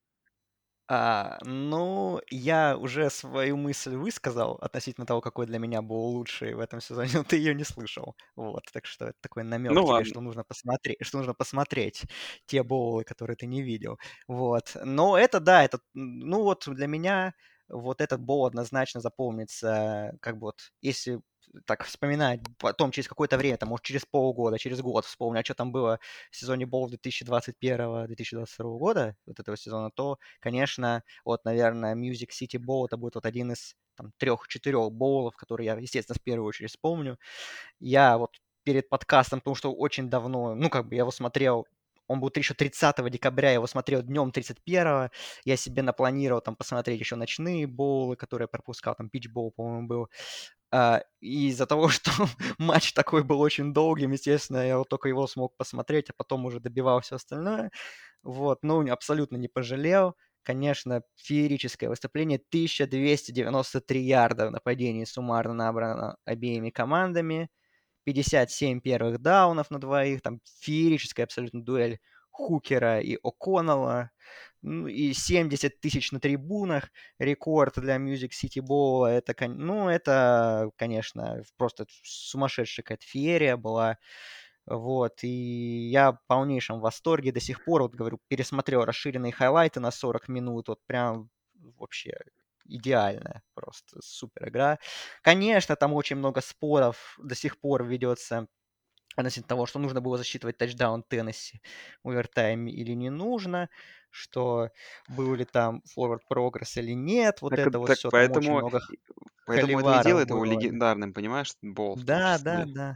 а, ну, я уже свою мысль высказал относительно того, какой для меня был лучший в этом сезоне, но ты ее не слышал. Вот, так что это такой намек Ну тебе, ладно. что нужно посмотреть, что нужно посмотреть те боулы, которые ты не видел. Вот. Но это, да, это, м, ну вот для меня вот этот боул однозначно запомнится, как бы вот, если так вспоминать потом через какое-то время, там, может, через полгода, через год вспомню, а что там было в сезоне боул две тысячи двадцать первого две тысячи двадцать второго года, вот этого сезона, то, конечно, вот, наверное, Music City Bowl это будет вот один из там трех-четырех боулов, которые я, естественно, в первую очередь вспомню. Я вот перед подкастом, потому что очень давно, ну, как бы я его смотрел, он был еще тридцатого декабря, я его смотрел днем тридцать первого, я себе напланировал там посмотреть еще ночные боулы, которые я пропускал, там Pitch Bowl, по-моему, был. А, и из-за того, что матч такой был очень долгим, естественно, я вот только его смог посмотреть, а потом уже добивал все остальное. Вот, ну, абсолютно не пожалел. Конечно, феерическое выступление. тысяча двести девяносто три ярда в нападении суммарно набрано обеими командами. пятьдесят семь первых даунов на двоих. Там феерическая абсолютно дуэль Хукера и О'Коннелла. Ну, и семьдесят тысяч на трибунах. Рекорд для Music City Bowl. Это, кон- ну, это, конечно, просто сумасшедшая какая-то феерия была. Вот, и я в полнейшем восторге до сих пор, вот говорю, пересмотрел расширенные хайлайты на сорок минут, вот прям вообще идеальная, просто супер игра. Конечно, там очень много споров до сих пор ведется относительно того, что нужно было засчитывать тачдаун Теннесси в овертайме или не нужно, что был ли там forward progress или нет, вот Так, это вот так все, там очень поэтому, много и- поэтому это и холиваров делает его было. легендарным, понимаешь, бол в том Да, да, числе. да.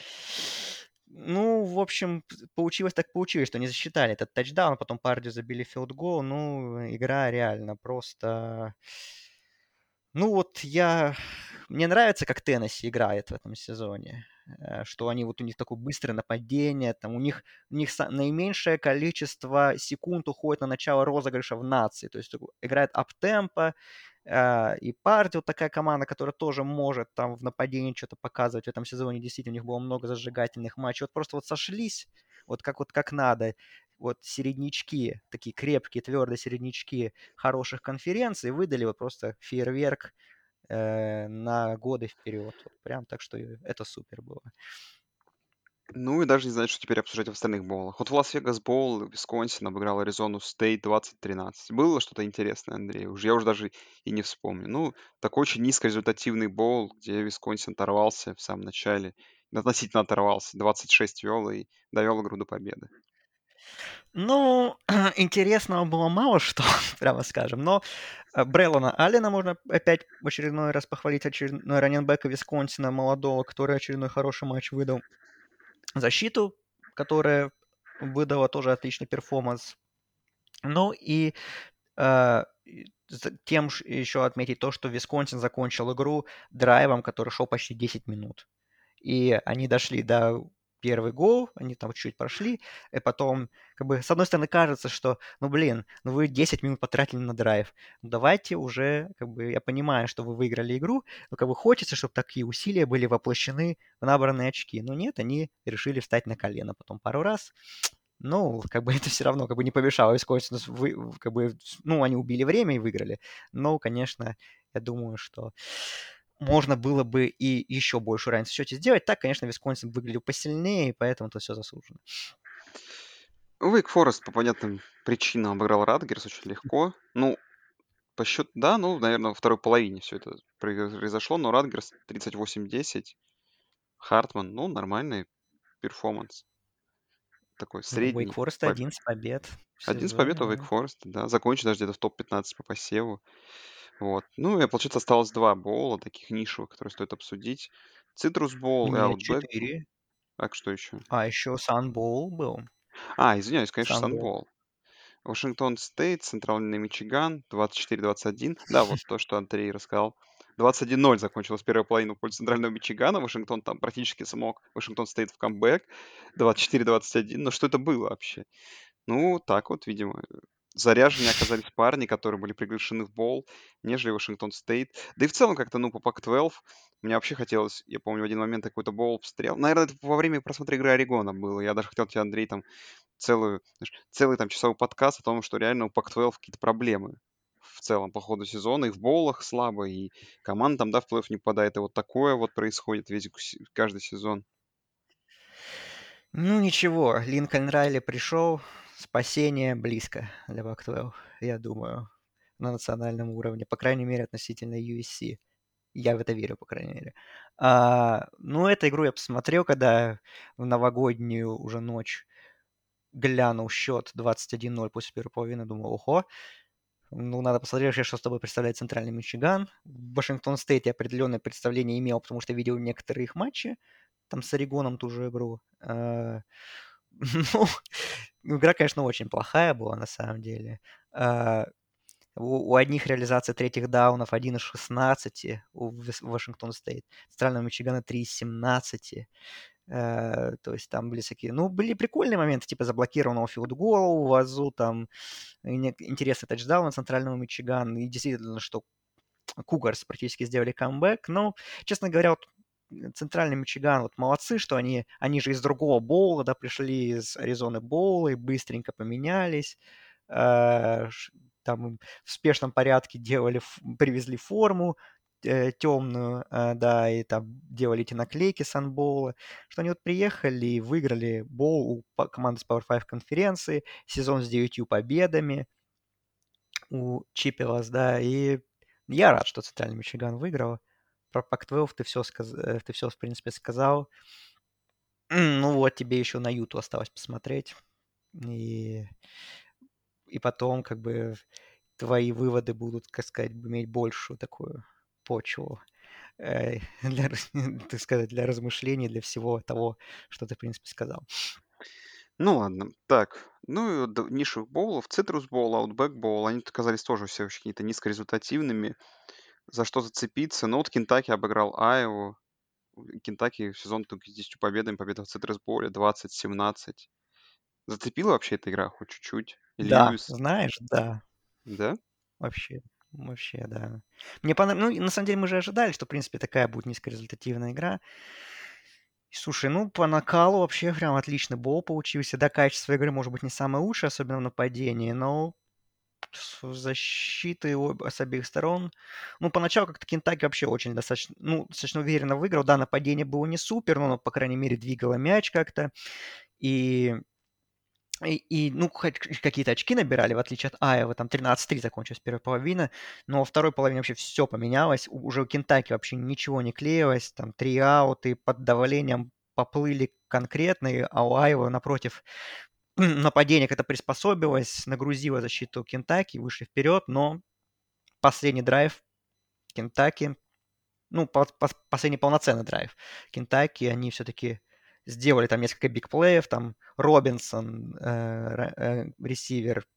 Ну, в общем, п получилось так получилось, что не засчитали этот тачдаун, потом Пардию забили филд-гол. Ну, игра реально просто. Ну, вот я мне нравится, как Теннесси играет в этом сезоне, э, что они вот у них такое быстрое нападение, там у них у них са наименьшее количество секунд уходит на начало розыгрыша в нации, то есть игр играет ап-темпо, а, и Парди вот такая команда, которая тоже может там в нападении что-то показывать в этом сезоне. Действительно, у них было много зажигательных матчей. Вот просто вот сошлись, вот как вот как надо. Вот середнячки, такие крепкие, твердые середнячки хороших конференций выдали вот просто фейерверк э, на годы вперед. Вот прям так, что и это супер было. Ну и даже не знаю, что теперь обсуждать в остальных боулах. Вот в Лас-Вегас Боул Висконсин обыграл Аризону Стейт двадцать тринадцать. Было что-то интересное, Андрей? Уже, я уже даже и не вспомню. Ну, такой очень низкорезультативный боул, где Висконсин оторвался в самом начале. Относительно оторвался. двадцать шесть вел и довел игру до победы. Ну, интересного было мало что, прямо скажем, но э, Брейлона Аллена можно опять в очередной раз похвалить, очередной раненбека Висконсина молодого, который очередной хороший матч выдал. Защиту, которая выдала тоже отличный перформанс. Ну и э, и за- тем еще отметить то, что Висконсин закончил игру драйвом, который шел почти десять минут. И они дошли до первый гол, они там чуть прошли, и потом, как бы, с одной стороны, кажется, что, ну, блин, ну вы десять минут потратили на драйв, ну, давайте уже, как бы, я понимаю, что вы выиграли игру, но, как бы, хочется, чтобы такие усилия были воплощены в набранные очки. Но нет, они решили встать на колено потом пару раз, ну, как бы это все равно как бы не помешало Висконсину, вы, как бы, ну, они убили время и выиграли. Но, конечно, я думаю, что можно было бы и еще большую разницу в счете сделать. Так, конечно, Висконсин выглядел посильнее, и поэтому это все заслуженно. Уэйк Форест по понятным причинам обыграл Радгерс очень легко. Ну, по счету, да, ну, наверное, во второй половине все это произошло, но Радгерс тридцать восемь десять, Хартман, ну, нормальный перформанс. Такой Ну, у Wake средний. Forest По- одиннадцать побед в Один из побед у сезоне, Wake да. Forest, да. Закончил даже где-то в топ пятнадцать по посеву. Вот. Ну и, получается, осталось два боула, таких нишевых, которые стоит обсудить. Citrus Bowl и Нет, Outback Bowl. четыре. Так, что еще? А еще Sun Bowl был. А, извиняюсь, конечно, Sun Bowl. Sunball. Вашингтон Стейт, Центральный Мичиган, двадцать четыре двадцать один. Да, вот то, что Андрей рассказал. двадцать один ноль закончилась первая половина в пользу Центрального Мичигана. Вашингтон там практически смог. Вашингтон Стейт в камбэк. двадцать четыре двадцать один. Но что это было вообще? Ну, так вот, видимо. Заряженнее оказались парни, которые были приглашены в болл, нежели Вашингтон Стейт. Да и в целом как-то, ну, по пак двенадцать мне вообще хотелось, я помню, в один момент какой-то болл встрел. Наверное, это во время просмотра игры Орегона было. Я даже хотел тебе, Андрей, там целую, знаешь, целый там часовой подкаст о том, что реально у пак двенадцать какие-то проблемы в целом по ходу сезона, и в боулах слабо, и команда там, да, в плей-офф не попадает, и вот такое вот происходит весь г- каждый сезон. Ну ничего, Линкольн Райли пришел, спасение близко для пак двенадцать, я думаю, на национальном уровне, по крайней мере, относительно ю эс си. Я в это верю, по крайней мере. А, ну, эту игру я посмотрел, когда в новогоднюю уже ночь глянул счет двадцать один ноль после первой половины, думал, ого, ну, надо посмотреть вообще, что с тобой представляет Центральный Мичиган. В Вашингтон Стейт я определенное представление имел, потому что видел некоторые их матчи, там с Орегоном ту же игру. А, ну, игра, конечно, очень плохая была на самом деле. А, у, у одних реализация третьих даунов один из шестнадцати у Вес- Вашингтон Стейт. Центрального Мичигана три из семнадцати. Э, то есть там были всякие... Ну, были прикольные моменты, типа заблокированного филд-гола у Вазу, там и не- интересный тачдаун Центрального Мичигана. И действительно, что Кугарс практически сделали камбэк. Но, честно говоря, вот Центральный Мичиган, вот молодцы, что они, они же из другого боула, да, пришли из Аризоны боула и быстренько поменялись. Э, ш- Там в спешном порядке делали, ф- привезли форму э, темную, э, да, и там делали эти наклейки санбоула, что они вот приехали и выиграли боул у па- команды с Power пять конференции, сезон с девятью победами у Чипилас, да, и я рад, что Центральный Мичиган выиграл. Про пак двенадцать ты все, сказ... э, ты все, в принципе, сказал. М, Ну вот, тебе еще на Юту осталось посмотреть. И, и потом, как бы, твои выводы будут, как сказать, иметь большую такую почву э, для, раз- так сказать, для размышлений, для всего того, что ты, в принципе, сказал. Ну ладно, так. Ну и д- нишевых боулов, Citrus Bowl, Outback Bowl, они оказались тоже все очень какие-то низкорезультативными. За что зацепиться? Ну вот Кентаки обыграл Айову. Кентаки сезон только с десятью победами, победа в Citrus Bowl двадцать семнадцать. Зацепила вообще эта игра хоть чуть-чуть? Да, Льюис, знаешь, да. да? Вообще, вообще, да. Мне понравилось, ну, и на самом деле мы же ожидали, что, в принципе, такая будет низкорезультативная игра. И, слушай, ну, по накалу вообще прям отличный бол получился. Да, качество игры может быть не самое лучшее, особенно в нападении, но с защитой об- с обеих сторон. Ну, поначалу как-то Кентаки вообще очень достаточно, ну, достаточно уверенно выиграл. Да, нападение было не супер, но, оно, по крайней мере, двигало мяч как-то. И и, и, ну, хоть к- какие-то очки набирали, в отличие от Айова, там тринадцать три закончилась первая половина, но во второй половине вообще все поменялось, У- уже у Кентаки вообще ничего не клеилось, там три ауты под давлением поплыли конкретные, а у Айова, напротив, нападение как-то приспособилось, нагрузило защиту Кентаки, вышли вперед, но последний драйв Кентаки, ну, по- по- последний полноценный драйв Кентаки, они все-таки сделали там несколько бигплеев, там Робинсон, э, ра- э, ресивер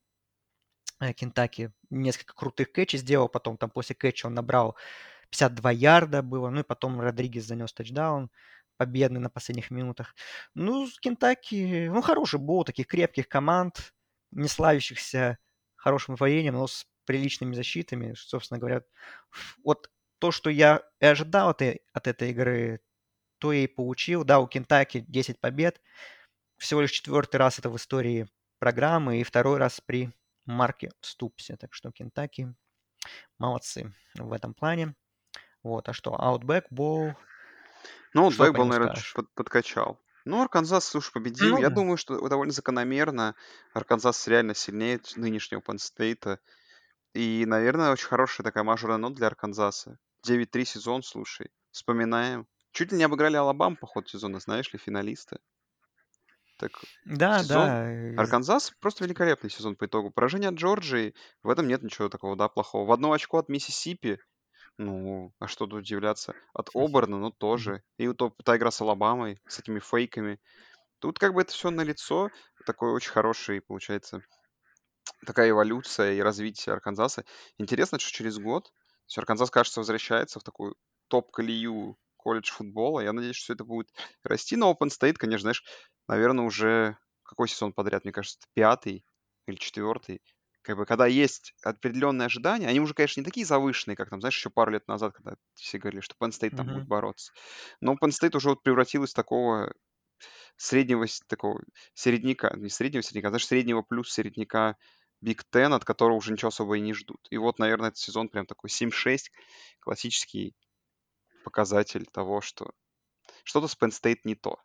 э, Кентаки, несколько крутых кэтчей сделал, потом там после кэтча он набрал пятьдесят два ярда было, ну и потом Родригес занес тачдаун победный на последних минутах. Ну, с Кентаки, ну, хороший был, таких крепких команд, не славящихся хорошим нападением, но с приличными защитами, собственно говоря. Вот то, что я и ожидал от, э- от этой игры, то я и получил. Да, у Кентаки десять побед, всего лишь четвертый раз это в истории программы и второй раз при Марке Ступсе. Так что Кентаки молодцы в этом плане. Вот, а что, Outback Bowl, Ну, что Outback по был, нему наверное, чуть скажешь? под- подкачал. Ну, Арканзас, слушай, победил. Ну Я да. думаю, что довольно закономерно. Арканзас реально сильнее ч- нынешнего Penn State. И, наверное, очень хорошая такая мажорная нота для Арканзаса. девять три сезон, слушай. Вспоминаем. Чуть ли не обыграли Алабаму по ходу сезона, знаешь ли, финалисты. Так, Да, сезон да. из- Арканзас просто великолепный сезон по итогу. Поражение от Джорджии, в этом нет ничего такого, да, плохого. В одно очко от Миссисипи, ну, а что тут удивляться? От Оберна, ну, Мгм. тоже. И вот то- та игра с Алабамой, с этими фейками. Тут как бы это все налицо. Такой очень хороший, получается, такая эволюция и развитие Арканзаса. Интересно, что через год, то есть Арканзас, кажется, возвращается в такую топ-колею колледж футбола. Я надеюсь, что все это будет расти. Но Open State, конечно, знаешь, наверное, уже какой сезон подряд, мне кажется, пятый или четвертый. Как бы, когда есть определенные ожидания, они уже, конечно, не такие завышенные, как там, знаешь, еще пару лет назад, когда все говорили, что Penn State там будет Мгм. бороться. Но Penn State уже вот превратилась в такого среднего с такого середняка, не среднего середняка, а знаешь, среднего плюс середняка Big Ten, от которого уже ничего особо и не ждут. И вот, наверное, этот сезон прям такой семь шесть, классический показатель того, что что-то с Penn State не то.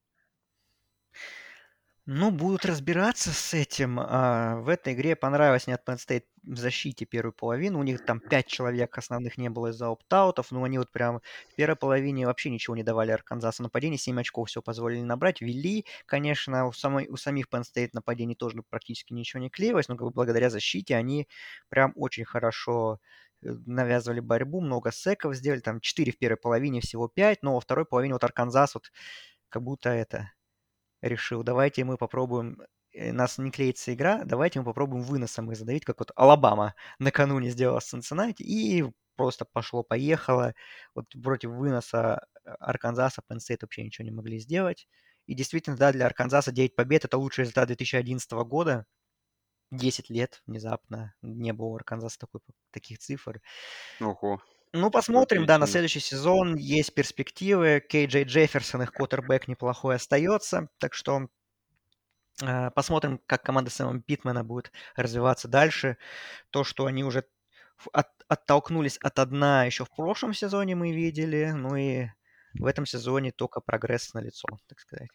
Ну, будут разбираться с этим. А, в этой игре понравилось мне от Penn State в защите первую половину. У них там пять человек основных не было из-за опт-аутов, но они вот прям в первой половине вообще ничего не давали Арканзасу. Нападение семь очков все позволили набрать. Вели, конечно, у, самой, у самих Penn State нападений тоже практически ничего не клеилось, но как бы благодаря защите они прям очень хорошо э, навязывали борьбу, много секов сделали, там четыре в первой половине, всего пять, но во второй половине вот Арканзас вот как будто это решил, давайте мы попробуем, э, нас не клеится игра, давайте мы попробуем выносом их задавить, как вот Алабама накануне сделала с Цинциннати, и просто пошло-поехало. Вот против выноса э, Арканзаса Penn State вообще ничего не могли сделать. И действительно, да, для Арканзаса девять побед — это лучший результат две тысячи одиннадцатого года. десять лет внезапно не было у Арканзаса такой, таких цифр. Ого, Ну, посмотрим, да, на удивительно. следующий сезон есть перспективы. Кей Джей Джефферсон, их квотербек, неплохой остается. Так что Э, посмотрим, как команда Сэма Питмана будет развиваться дальше. То, что они уже ф- от- оттолкнулись от дна еще в прошлом сезоне, мы видели. Ну и в этом сезоне только прогресс налицо, так сказать.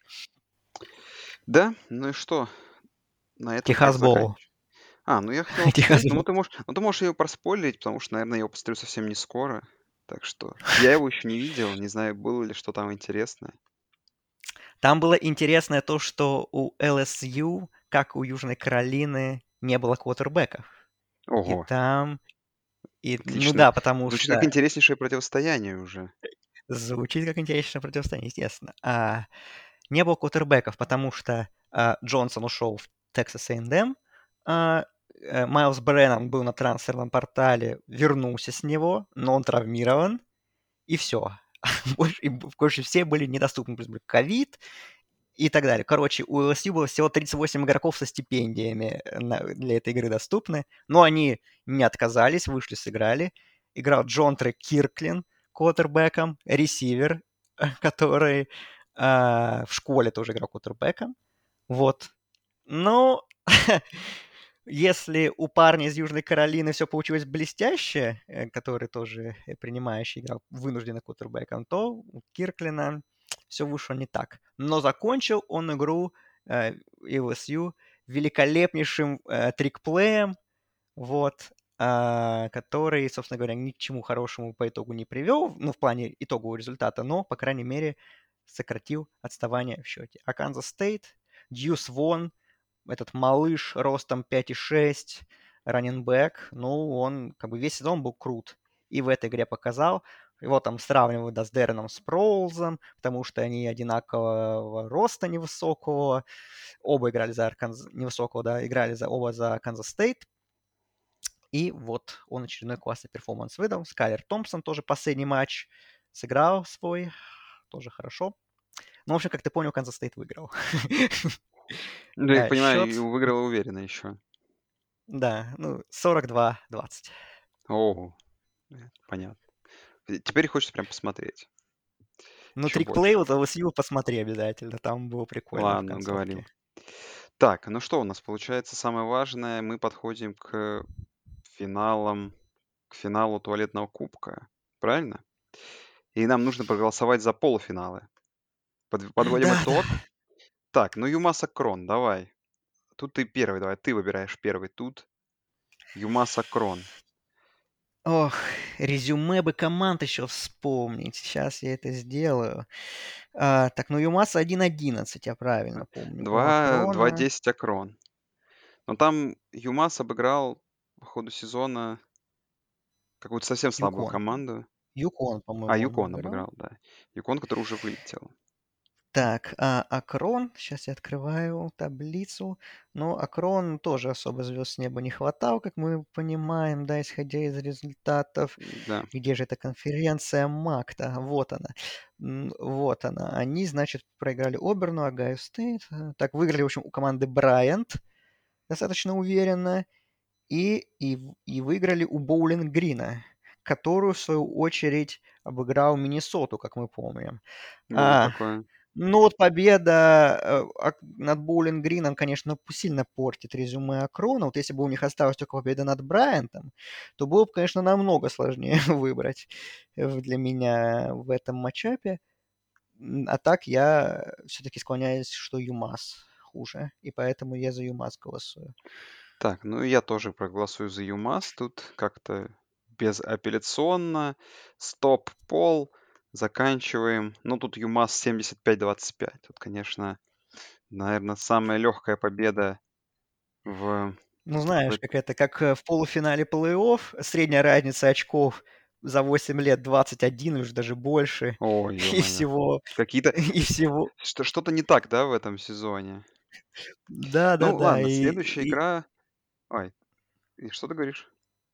Да, ну и что? На этом как Техас Боул. заканчивать? А, ну я хотел Техас посмотреть, ну Боул. вот ты можешь, ну ты можешь ее проспойлерить, потому что, наверное, я его посмотрю совсем не скоро. Так что я его еще не видел, не знаю, было ли что там интересное. Там было интересное то, что у эл эс ю, как у Южной Каролины, не было квотербеков. И Ого, там, и, ну отлично. да, потому Звучит как что интереснейшее противостояние уже. звучит как интересное противостояние, естественно. А не было квотербеков, потому что а, Джонсон ушел в Texas эй энд эм, а, э, Майлз Бреннан был на трансферном портале, вернулся с него, но он травмирован, и все. Больше, и больше все были недоступны, плюс был ковид и так далее. Короче, у эл эс ю было всего тридцать восемь игроков со стипендиями э, на- для этой игры доступны, но они не отказались, вышли, сыграли. Играл Джонтре Кирклин квотербеком, ресивер, который а, в школе тоже играл квотербеком. Вот. Ну, если у парня из Южной Каролины все получилось блестяще, э, который тоже э, принимающий играл вынужденно квотербеком, то у Кирклина все вышло не так. Но закончил он игру э, эл эс ю великолепнейшим э, трикплеем, вот, а, который, собственно говоря, ни к чему хорошему по итогу не привел, ну, в плане итогового результата, но, по крайней мере, сократил отставание в счете. А Канзас Стейт, Дьюс Вон, этот малыш ростом пять и шесть, раннинбэк, ну, он как бы весь сезон был крут. И в этой игре показал. Его там сравнивают, да, с Дэреном Спроулзом, потому что они одинакового роста невысокого. Оба играли за Арканз... невысокого, да, играли за оба за Канзас Стейт. И вот он очередной классный перформанс выдал. Скайлер Томпсон тоже последний матч сыграл свой, тоже хорошо. Ну, в общем, как ты понял, Канзас Стейт выиграл. Ну, я так Э, понимаю, и Счет, выиграла уверенно еще. да, ну, сорок два двадцать. Ого, э, понятно. Э, Теперь хочется прям посмотреть. Ну, Еще трикплей больше. вот эл эс ю посмотри обязательно, там было прикольно в Ладно, говорим. концовке. Так, ну что у нас получается самое важное? Мы подходим к финалам, к финалу туалетного кубка. Правильно? И нам нужно проголосовать за полуфиналы. Под- подводим Да, да. итог. Так, ну Юмаса Крон, давай. Тут ты первый, давай. Ты выбираешь первый тут. Юмаса Крон. Ох, резюме бы команд еще вспомнить. Сейчас я это сделаю. А, так, ну ЮМАС один одиннадцать, я правильно помню. У Два, два Акрона десять Акрон. Но там ЮМАС обыграл по ходу сезона какую-то совсем слабую Юкон. команду. Юкон, А, по-моему, он Юкон обыграл. обыграл, да. Юкон, который уже вылетел. Так, а Акрон, сейчас я открываю таблицу. Ну, Акрон тоже особо звезд с неба не хватал, как мы понимаем, да, исходя из результатов. Да. Где же эта конференция МАК-то? Вот она. М, Вот она. Они, значит, проиграли Оберну, Огайо Стейт. э, Так, выиграли, в общем, у команды Брайант достаточно уверенно. И, и, в- и выиграли у Боулинг Грина, которую, в свою очередь, обыграл Миннесоту, как мы помним. Было А, такое. ну вот победа э, Ак- над Боулинг Грином, конечно, п- сильно портит резюме Акрона. Вот если бы у них осталась только победа над Брайантом, то было бы, конечно, намного сложнее выбрать э, в- для меня в этом матчапе. М, А так я все-таки склоняюсь, что ЮМАС хуже, и поэтому я за ЮМАС голосую. Так, ну и я тоже проголосую за ЮМАС. Тут как-то безапелляционно. Стоп-пол. Заканчиваем. Ну, тут ЮМАС семьдесят пять двадцать пять. Тут, конечно, наверное, самая легкая победа в, Ну, в знаешь, эт- как это, как э, в полуфинале плей-офф, средняя разница очков за восемь лет двадцать один, уже даже больше, Ой, и ё-моё. всего, Какие-то... и всего. Что, что-то не так, да, в этом сезоне? Ну, Да-да-да, ладно, и, следующая и, игра... Ой, и что ты говоришь?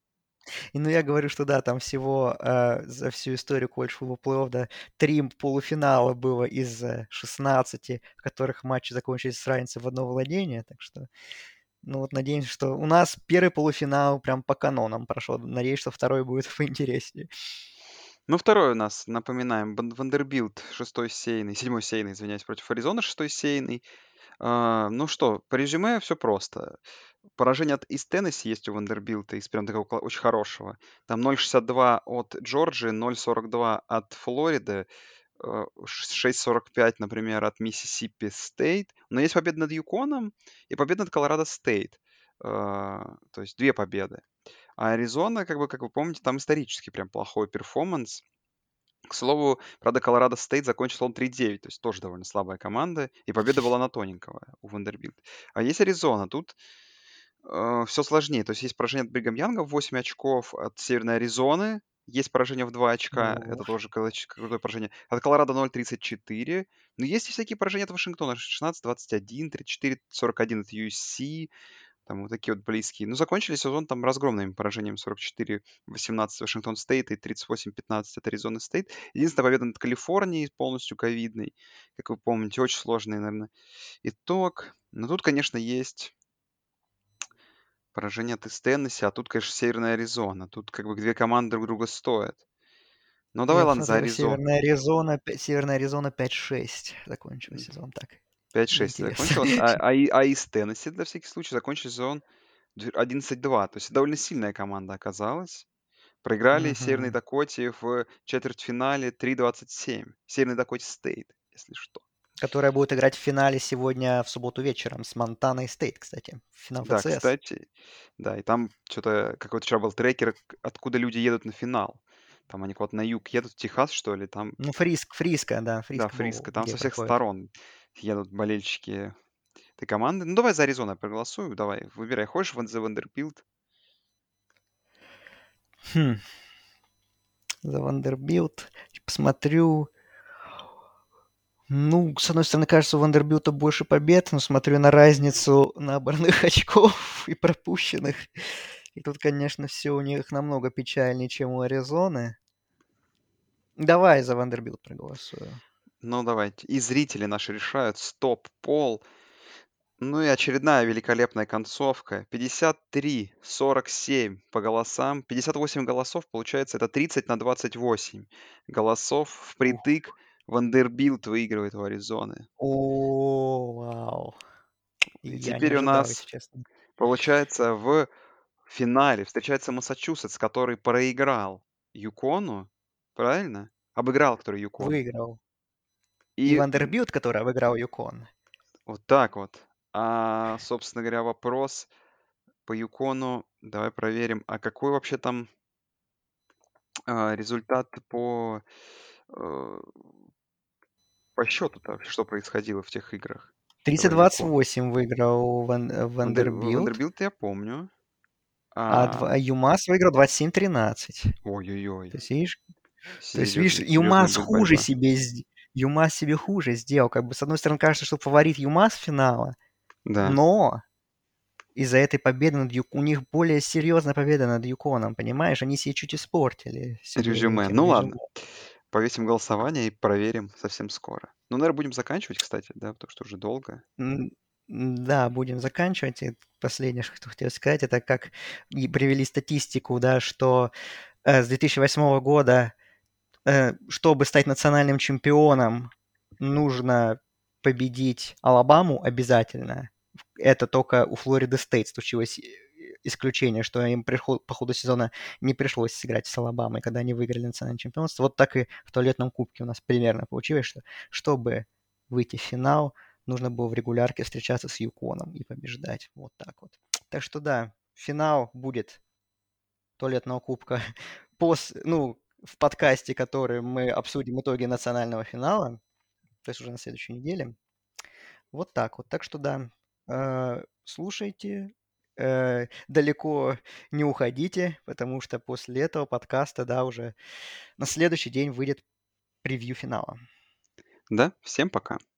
и, ну, я говорю, что да, там всего э, за всю историю колледж футбол плей-офф, да, три полуфинала было из э, шестнадцати, в которых матчи закончились с разницей в одно владение, так что, ну, вот надеемся, что у нас первый полуфинал прям по канонам прошел, надеюсь, что второй будет поинтереснее. Ну, второй у нас, напоминаем, Бан- Вандербилт шестой сейный, седьмой сейный, извиняюсь, против Аризоны шестой сейный. А, ну что, по резюме все просто. Поражение от из Теннесси есть у Вандербилта, из прям такого кла- очень хорошего. Там ноль шестьдесят два от Джорджии, ноль сорок два от Флориды, э, ш- шесть сорок пять, например, от Миссисипи Стейт. Но есть победа над Юконом и победа над Колорадо Стейт. А, То есть две победы. А Аризона, как бы, как вы помните, там исторически прям плохой перформанс. К слову, правда, Колорадо Стейт закончил он три девять, то есть тоже довольно слабая команда, и победа была на тоненького у Вандербилт. А есть Аризона, тут все сложнее. То есть есть поражение от Бригам Янга в восемь очков, от Северной Аризоны есть поражение в два очка, О, это тоже калач- крутое поражение. От Колорадо ноль тридцать четыре. Но есть и всякие поражения от Вашингтона шестнадцать двадцать один, тридцать четыре сорок один от ю эс си, там вот такие вот близкие. Ну, закончили сезон там разгромным поражением сорок четыре восемнадцать Вашингтон Стейт и тридцать восемь пятнадцать от Аризоны Стейт. Единственная победа над Калифорнией, полностью ковидной. Как вы помните, очень сложный, наверное, итог. Но тут, конечно, есть поражение от из Теннесси, а тут, конечно, Северная Аризона. Тут как бы две команды друг друга стоят. Ну, давай, я ладно, за посмотрел, Аризону. Северная Аризона, пя- Северная Аризона пять шесть закончила сезон. Так, пять для шесть интереса. закончилось. А, а, и- а из Теннесси, для всяких случаев, закончили сезон одиннадцать два. То есть довольно сильная команда оказалась. Проиграли Северной Мгм. Дакоте в четвертьфинале три двадцать семь. Северной Дакоте Стейт, если что. Которая будет играть в финале сегодня в субботу вечером с Монтаной Стейт, кстати. Финал Да, эф си эс. кстати, да, и там что-то какой-то вчера был трекер, к- откуда люди едут на финал. Там они куда-то на юг едут, в Техас, что ли, там, Ну, Фриск, Фриско, да, да, Фриско Фриско, Боул, там где со всех проходит. сторон едут болельщики этой команды. Ну, давай за Аризону я проголосую, давай, выбирай, хочешь Ван- за Вандербилт? Хм, за Вандербилт. Посмотрю. Ну, с одной стороны, кажется, у Вандербилта больше побед, но смотрю на разницу набранных очков и пропущенных. И тут, конечно, все у них намного печальнее, чем у Аризоны. Давай за Вандербилт проголосую. Ну, давайте. И зрители наши решают. Стоп, пол. Ну и очередная великолепная концовка. пятьдесят три сорок семь по голосам. пятьдесят восемь голосов, получается, это тридцать на двадцать восемь голосов. Ух. Впритык Вандербилт выигрывает у Аризоны. О, вау. И Я не теперь у ожидал, если нас, честно. получается, в финале встречается Массачусетс, который проиграл Юкону, правильно? Обыграл, который Юкон. Выиграл. И И м, Вандербилт, который обыграл Юкон. вот так вот. А, собственно говоря, вопрос по Юкону. Давай проверим. А какой вообще там... А, результат по, э, по счету-то, что происходило в тех играх этого тридцать двадцать Юкона? восемь выиграл Ван э, Вандер Вандербилт, Вандербилт я помню. а А, два ЮМАС выиграл двадцать семь тринадцать. ой-ой-ой, То есть, видишь, то есть, видишь, серьезно серьезная ЮМАС будет хуже борьба. себе сд ЮМАС себе хуже сделал. Как бы, с одной стороны, кажется, что фаворит ЮМАС финала, Да, но из-за этой победы над Юк у них более серьезная победа над Юконом, понимаешь? Они себе чуть испортили себе резюме. этим Ну резюме. ладно, повесим голосование и проверим совсем скоро. Ну, наверное, будем заканчивать, кстати, да, потому что уже долго. М, да, будем заканчивать. И последнее, что хотел сказать, это как и привели статистику, да, что э, с две тысячи восьмого года, э, чтобы стать национальным чемпионом, нужно победить Алабаму обязательно. Это только у Флориды Стейт случилось э, исключение, что им приход- по ходу сезона не пришлось сыграть с Алабамой, когда они выиграли национальное чемпионство. Вот так и в туалетном кубке у нас примерно получилось, что чтобы выйти в финал, нужно было в регулярке встречаться с Юконом и побеждать. Вот так вот. Так что да, финал будет туалетного кубка пос, ну, в подкасте, который мы обсудим итоги национального финала, то есть уже на следующей неделе. Вот так вот. Так что да, э, слушайте, э, далеко не уходите, потому что после этого подкаста, да, уже на следующий день выйдет превью финала. Да, всем пока.